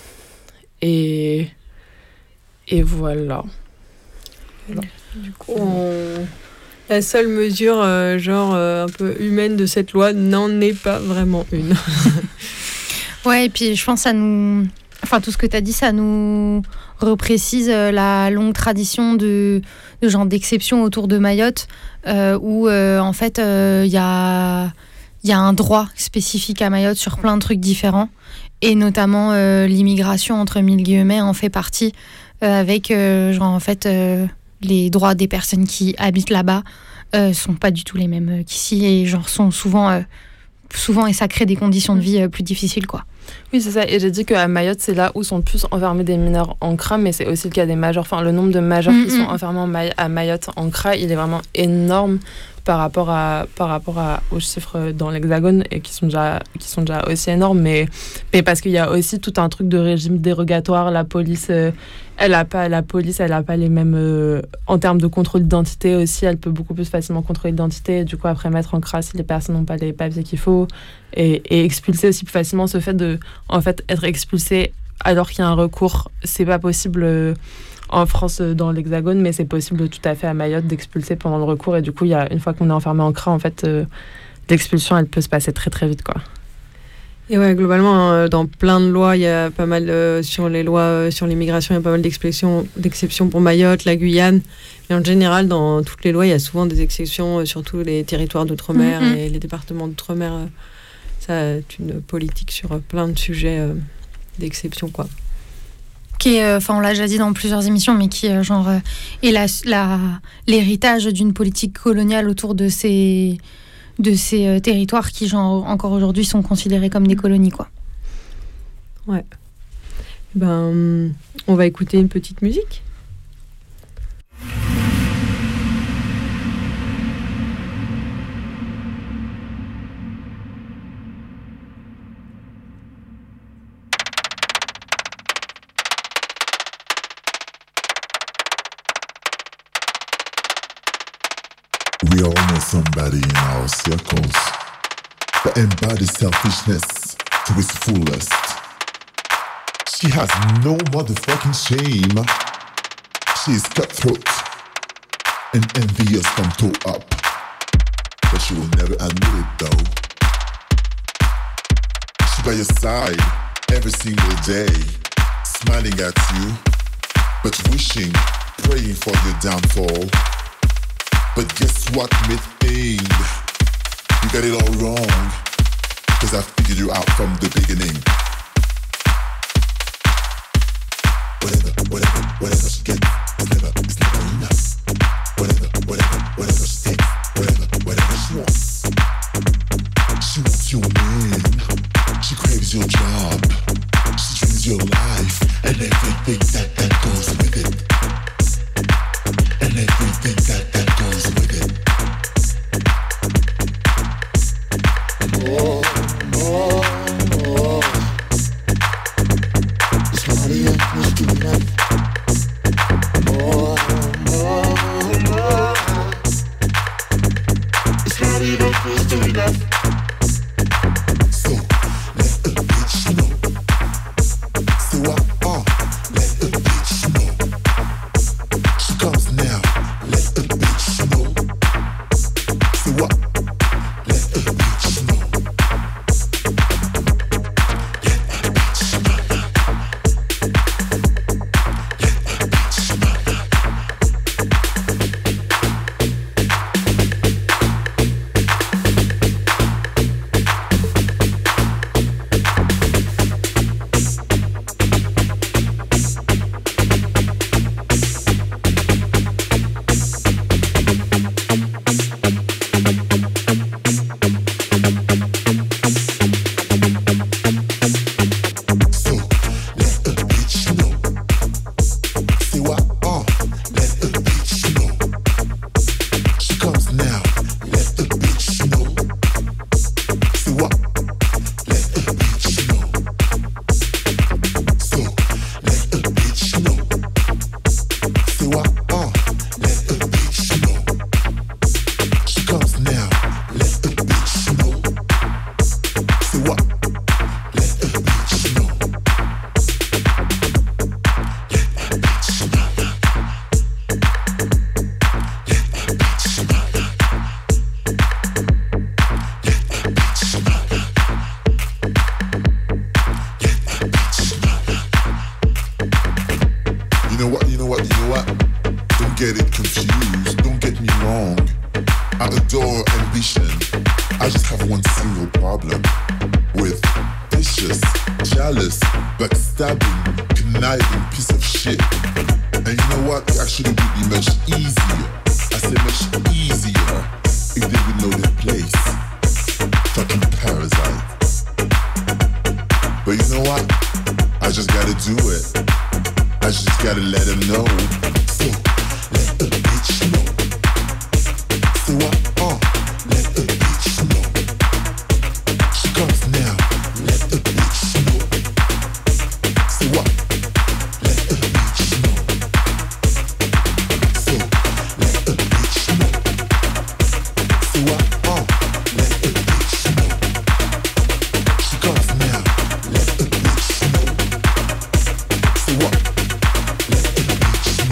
Et, et voilà. voilà. Du coup, on... la seule mesure euh, genre euh, un peu humaine de cette loi n'en est pas vraiment une. Ouais, et puis je pense que ça nous... Enfin, tout ce que tu as dit, ça nous reprécise euh, la longue tradition de, de genre d'exception autour de Mayotte, euh, où euh, en fait, il euh, y a... Il y a un droit spécifique à Mayotte sur plein de trucs différents, et notamment euh, l'immigration, entre mille guillemets, en fait partie, euh, avec euh, genre, en fait, euh, les droits des personnes qui habitent là-bas euh, sont pas du tout les mêmes euh, qu'ici, et genre sont souvent, euh, souvent et ça crée des conditions de vie euh, plus difficiles, quoi. Oui, c'est ça. Et j'ai dit qu'à Mayotte, c'est là où sont le plus enfermés des mineurs en C R A, mais c'est aussi le cas des majeurs. Enfin, le nombre de majeurs mmh, qui sont enfermés à Mayotte en C R A, il est vraiment énorme par rapport à par rapport à aux chiffres dans l'Hexagone, et qui sont déjà qui sont déjà aussi énormes, mais mais parce qu'il y a aussi tout un truc de régime dérogatoire. La police euh, elle a pas la police elle a pas les mêmes euh, en termes de contrôle d'identité aussi, elle peut beaucoup plus facilement contrôler l'identité, et du coup après mettre en C R A si les personnes n'ont pas les papiers qu'il faut, et, et expulser aussi plus facilement. Ce fait de en fait être expulsé alors qu'il y a un recours, c'est pas possible euh, en France, euh, dans l'Hexagone, mais c'est possible tout à fait à Mayotte d'expulser pendant le recours. Et du coup, il y a, une fois qu'on est enfermé en C R A, en fait, euh, l'expulsion, elle peut se passer très très vite, quoi. Et ouais, globalement, euh, dans plein de lois, il y a pas mal, euh, sur les lois euh, sur l'immigration, il y a pas mal d'exceptions, d'exceptions pour Mayotte, la Guyane. Mais en général, dans toutes les lois, il y a souvent des exceptions, euh, sur tous les territoires d'outre-mer Mhm. et les départements d'outre-mer. euh, ça, c'est une politique sur euh, plein de sujets euh, d'exception, quoi. Qui est, enfin, on l'a déjà dit dans plusieurs émissions, mais qui euh, genre euh, est la, la, l'héritage d'une politique coloniale autour de ces, de ces euh, territoires qui, genre, encore aujourd'hui, sont considérés comme des colonies, quoi. Ouais. Ben, on va écouter une petite musique. We all know somebody in our circles that embodies selfishness to its fullest. She has no motherfucking shame. She is cutthroat and envious from toe up, but she will never admit it though. She by your side every single day, smiling at you, but wishing, praying for your downfall. But guess what, me thing? You got it all wrong, cause I figured you out from the beginning. Whatever, whatever, whatever she gets, it's never, it's never enough. Whatever, whatever, whatever she takes, whatever, whatever she wants. She wants your man, she craves your job, she dreams your life, and everything that, that goes with it. And everything that, that goes with it. Oh, oh, oh. Somebody else was doing that. Oh, oh, oh. Somebody else was doing that. So, let a bitch know. So I, uh, let a bitch know. She comes now. Let a bitch know. Say what? Let a bitch know. Let a bitch know. Let a bitch know. Let a bitch know.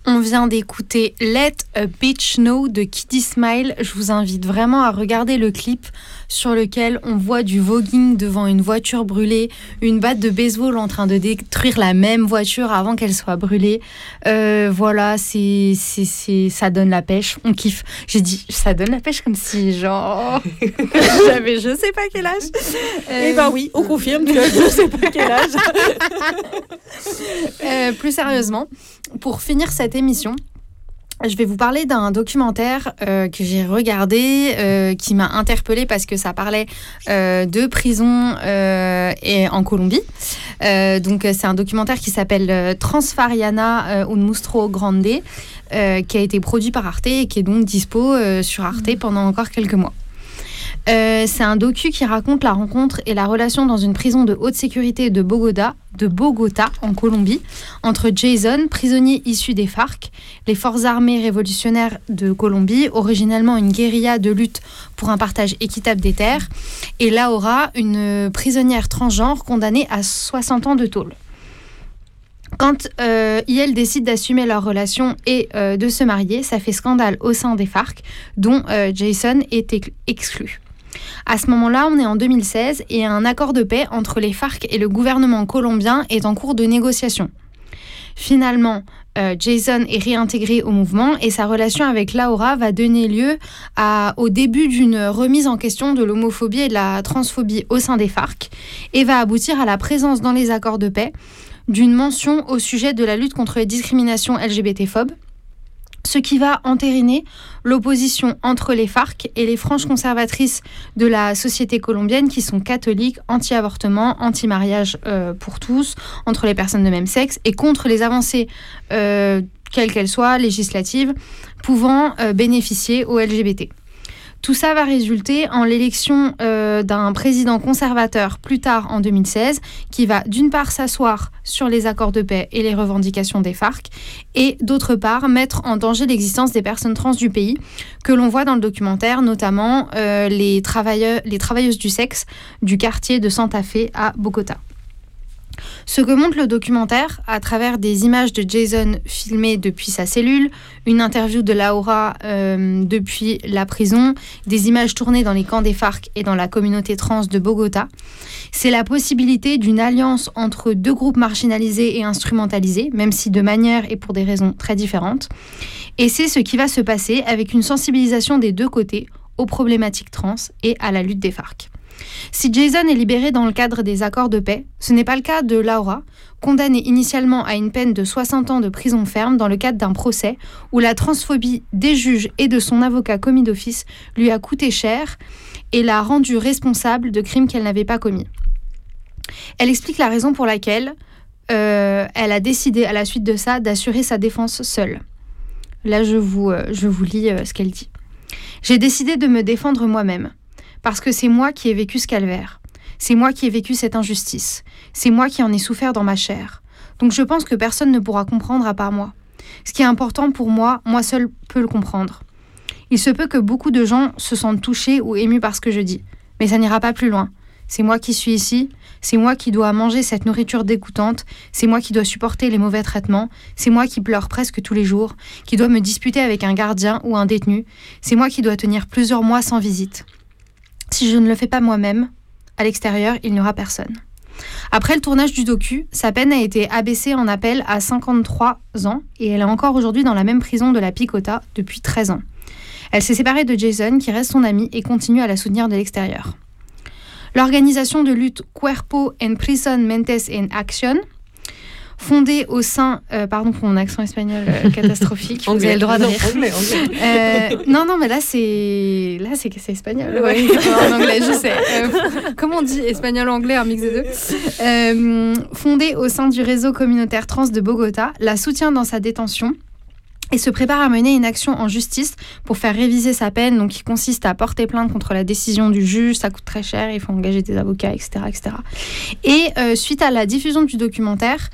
On vient d'écouter Let a Bitch Know de Kitty Smile. Je vous invite vraiment à regarder le clip sur lequel on voit du voguing devant une voiture brûlée, une batte de baseball en train de détruire la même voiture avant qu'elle soit brûlée. Euh, voilà, c'est, c'est, c'est, ça donne la pêche. On kiffe. J'ai dit, ça donne la pêche comme si, genre, j'avais je sais pas quel âge. Euh... Eh ben oui, on confirme que je sais pas quel âge. euh, plus sérieusement, pour finir cette émission, je vais vous parler d'un documentaire euh, que j'ai regardé, euh, qui m'a interpellée parce que ça parlait euh, de prison euh, et en Colombie. Euh, donc c'est un documentaire qui s'appelle euh, Transfariana euh, un Monstruo Grande, euh, qui a été produit par Arte et qui est donc dispo euh, sur Arte mmh. pendant encore quelques mois. Euh, c'est un docu qui raconte la rencontre et la relation dans une prison de haute sécurité de Bogota, de Bogota en Colombie, entre Jason, prisonnier issu des FARC, les forces armées révolutionnaires de Colombie, originellement une guérilla de lutte pour un partage équitable des terres, et Laura, une prisonnière transgenre condamnée à soixante ans de tôle. Quand euh, I L décide d'assumer leur relation et euh, de se marier, ça fait scandale au sein des FARC, dont euh, Jason est exclu. À ce moment-là, on est en deux mille seize et un accord de paix entre les FARC et le gouvernement colombien est en cours de négociation. Finalement, euh, Jason est réintégré au mouvement et sa relation avec Laura va donner lieu à, au début d'une remise en question de l'homophobie et de la transphobie au sein des FARC et va aboutir à la présence dans les accords de paix d'une mention au sujet de la lutte contre les discriminations L G B T-phobes, ce qui va entériner l'opposition entre les FARC et les franges conservatrices de la société colombienne qui sont catholiques, anti-avortement, anti-mariage euh, pour tous, entre les personnes de même sexe et contre les avancées, euh, quelles qu'elles soient, législatives, pouvant euh, bénéficier aux L G B T. Tout ça va résulter en l'élection euh, d'un président conservateur plus tard en deux mille seize qui va d'une part s'asseoir sur les accords de paix et les revendications des FARC et d'autre part mettre en danger l'existence des personnes trans du pays que l'on voit dans le documentaire, notamment euh, les, travailleurs, les travailleuses du sexe du quartier de Santa Fe à Bogota. Ce que montre le documentaire, à travers des images de Jason filmées depuis sa cellule, une interview de Laura euh, depuis la prison, des images tournées dans les camps des FARC et dans la communauté trans de Bogota, c'est la possibilité d'une alliance entre deux groupes marginalisés et instrumentalisés, même si de manière et pour des raisons très différentes. Et c'est ce qui va se passer avec une sensibilisation des deux côtés aux problématiques trans et à la lutte des FARC. Si Jason est libéré dans le cadre des accords de paix, ce n'est pas le cas de Laura, condamnée initialement à une peine de soixante ans de prison ferme dans le cadre d'un procès où la transphobie des juges et de son avocat commis d'office lui a coûté cher et l'a rendue responsable de crimes qu'elle n'avait pas commis. Elle explique la raison pour laquelle euh, elle a décidé à la suite de ça d'assurer sa défense seule. Là, je vous, euh, je vous lis euh, ce qu'elle dit. « J'ai décidé de me défendre moi-même. Parce que c'est moi qui ai vécu ce calvaire. C'est moi qui ai vécu cette injustice. C'est moi qui en ai souffert dans ma chair. Donc je pense que personne ne pourra comprendre à part moi. Ce qui est important pour moi, moi seul peux le comprendre. Il se peut que beaucoup de gens se sentent touchés ou émus par ce que je dis. Mais ça n'ira pas plus loin. C'est moi qui suis ici. C'est moi qui dois manger cette nourriture dégoûtante. C'est moi qui dois supporter les mauvais traitements. C'est moi qui pleure presque tous les jours. Qui dois me disputer avec un gardien ou un détenu. C'est moi qui dois tenir plusieurs mois sans visite. Si je ne le fais pas moi-même, à l'extérieur, il n'y aura personne. » Après le tournage du docu, sa peine a été abaissée en appel à cinquante-trois ans et elle est encore aujourd'hui dans la même prison de la Picota depuis treize ans. Elle s'est séparée de Jason, qui reste son ami et continue à la soutenir de l'extérieur. L'organisation de lutte Cuerpo en Prison Mentes en Action, fondée au sein... Euh, pardon pour mon accent espagnol euh, catastrophique, vous avez le droit de rire. Non, anglais, anglais. Euh, non, non, mais là, c'est... Là, c'est, c'est espagnol. Ouais, en anglais, je sais. Euh, comment on dit espagnol-anglais, un mix des deux euh, Fondée au sein du réseau communautaire trans de Bogota, la soutient dans sa détention et se prépare à mener une action en justice pour faire réviser sa peine, donc qui consiste à porter plainte contre la décision du juge. Ça coûte très cher, il faut engager des avocats, et cetera, et cetera. Et euh, suite à la diffusion du documentaire,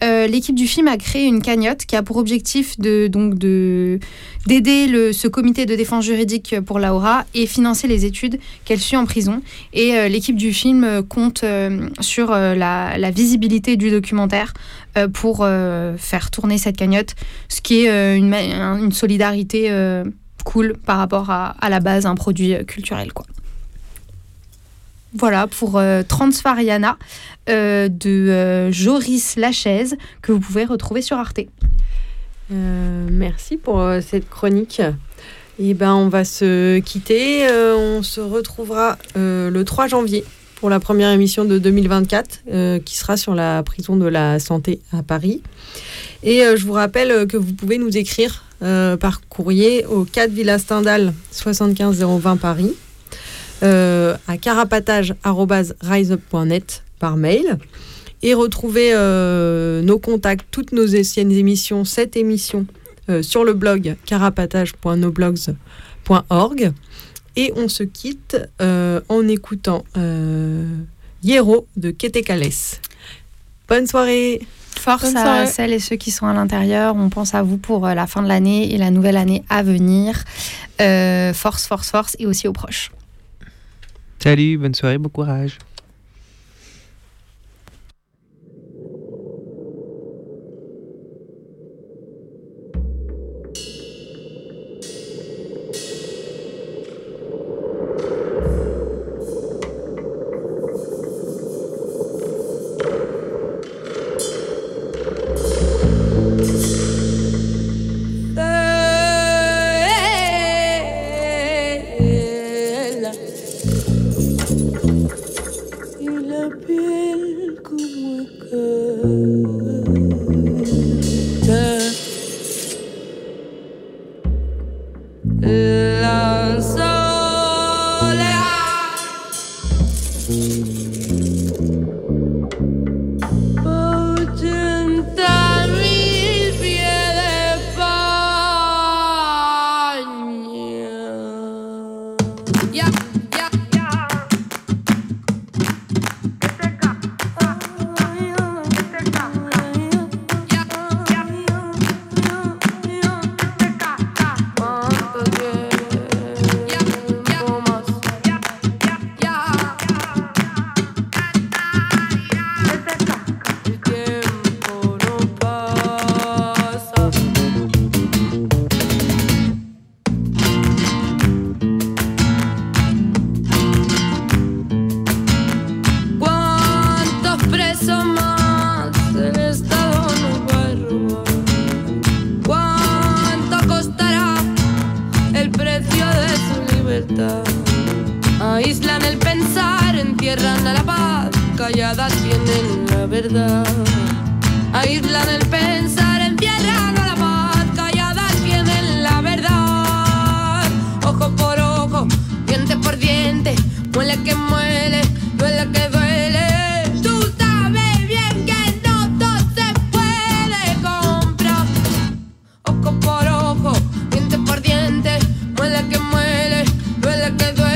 euh, l'équipe du film a créé une cagnotte qui a pour objectif de, donc de, d'aider le, ce comité de défense juridique pour Laura et financer les études qu'elle suit en prison. Et euh, l'équipe du film compte euh, sur euh, la, la visibilité du documentaire euh, pour euh, faire tourner cette cagnotte, ce qui est euh, une, une solidarité euh, cool par rapport à, à la base un produit culturel, quoi. Voilà pour euh, Transfariana euh, de euh, Joris Lachaise que vous pouvez retrouver sur Arte. Euh, merci pour euh, cette chronique. Et ben, on va se quitter. Euh, on se retrouvera euh, le trois janvier pour la première émission de deux mille vingt-quatre euh, qui sera sur la prison de la Santé à Paris. Et euh, je vous rappelle que vous pouvez nous écrire euh, par courrier au quatre Villa Stendhal soixante-quinze zéro vingt Paris. Euh, à carapatage arobase riseup point net par mail et retrouver euh, nos contacts, toutes nos anciennes émissions, cette émission euh, sur le blog carapatage point noblogs point org. Et on se quitte euh, en écoutant euh, Hiero de Ketekales. Bonne soirée. Force Bonne à soirée. celles et ceux qui sont à l'intérieur. On pense à vous pour la fin de l'année et la nouvelle année à venir. Euh, force, force, force et aussi aux proches. Salut, bonne soirée, bon courage. Aíslan el pensar, entierran a la paz, calladas tienen la verdad. Aíslan el pensar, entierran a la paz, calladas tienen la verdad. Ojo por ojo, diente por diente, muele que muele, duele que duele. Tú sabes bien que no todo se puede comprar. Ojo por ojo, diente por diente, muele que muele, duele que duele.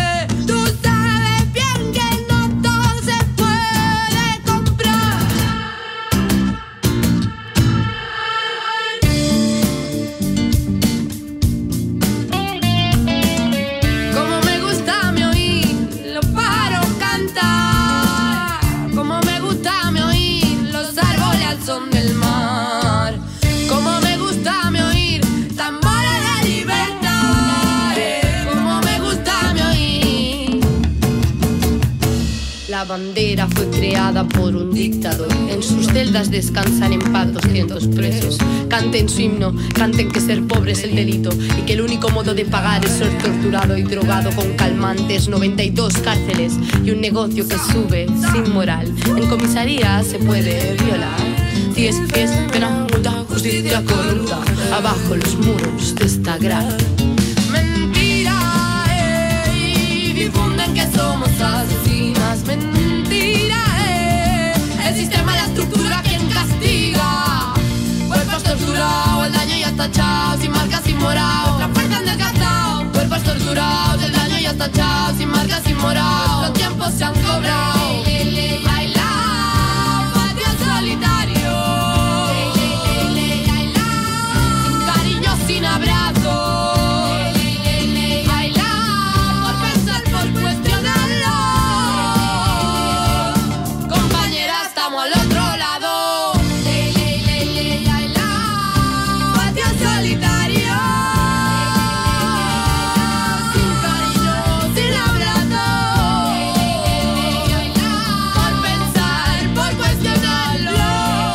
La bandera fue creada por un dictador. En sus celdas descansan en paz doscientos presos. Canten su himno, canten que ser pobre es el delito y que el único modo de pagar es ser torturado y drogado con calmantes. noventa y dos cárceles y un negocio que sube sin moral. En comisaría se puede violar. Diez pies, pena, multa, justicia corrupta. Abajo los muros de esta gran mentira, eh, y difunden que somos asesinas. Mentira, eh, el sistema, la estructura, quien castiga. Cuerpos torturados, el daño ya está echado, sin marcas, sin morado. Nuestra fuerza han desgastado. Cuerpos torturados, el daño ya está echado, sin marcas, sin morado. Los tiempos se han cobrado. Bailao, patio solitario. solitario, sin cariño, sin abrazo, por pensar, por cuestionarlo.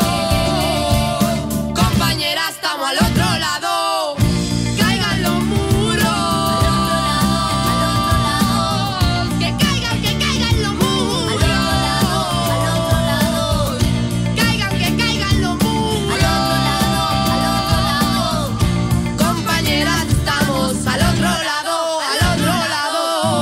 Compañera, estamos al otro lado. Caigan los muros, que caigan, que caigan los muros. Caigan, que caigan los muros. Compañeras, estamos al otro lado, al otro lado.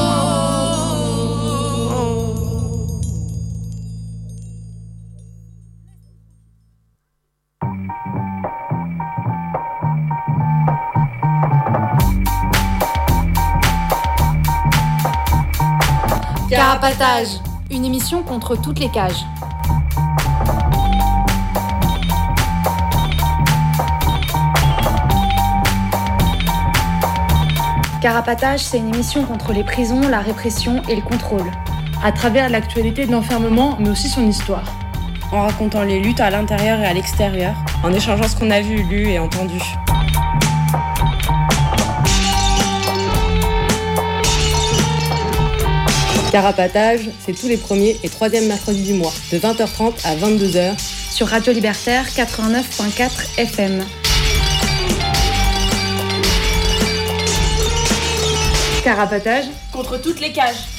Carapatage, une émission contre toutes les cages. Carapatage, c'est une émission contre les prisons, la répression et le contrôle. À travers l'actualité de l'enfermement, mais aussi son histoire. En racontant les luttes à l'intérieur et à l'extérieur, en échangeant ce qu'on a vu, lu et entendu. Carapatage, c'est tous les premiers et troisièmes mercredis du mois, de vingt heures trente à vingt-deux heures. Sur Radio Libertaire quatre-vingt-neuf virgule quatre F M. Carapatage Contre toutes les cages.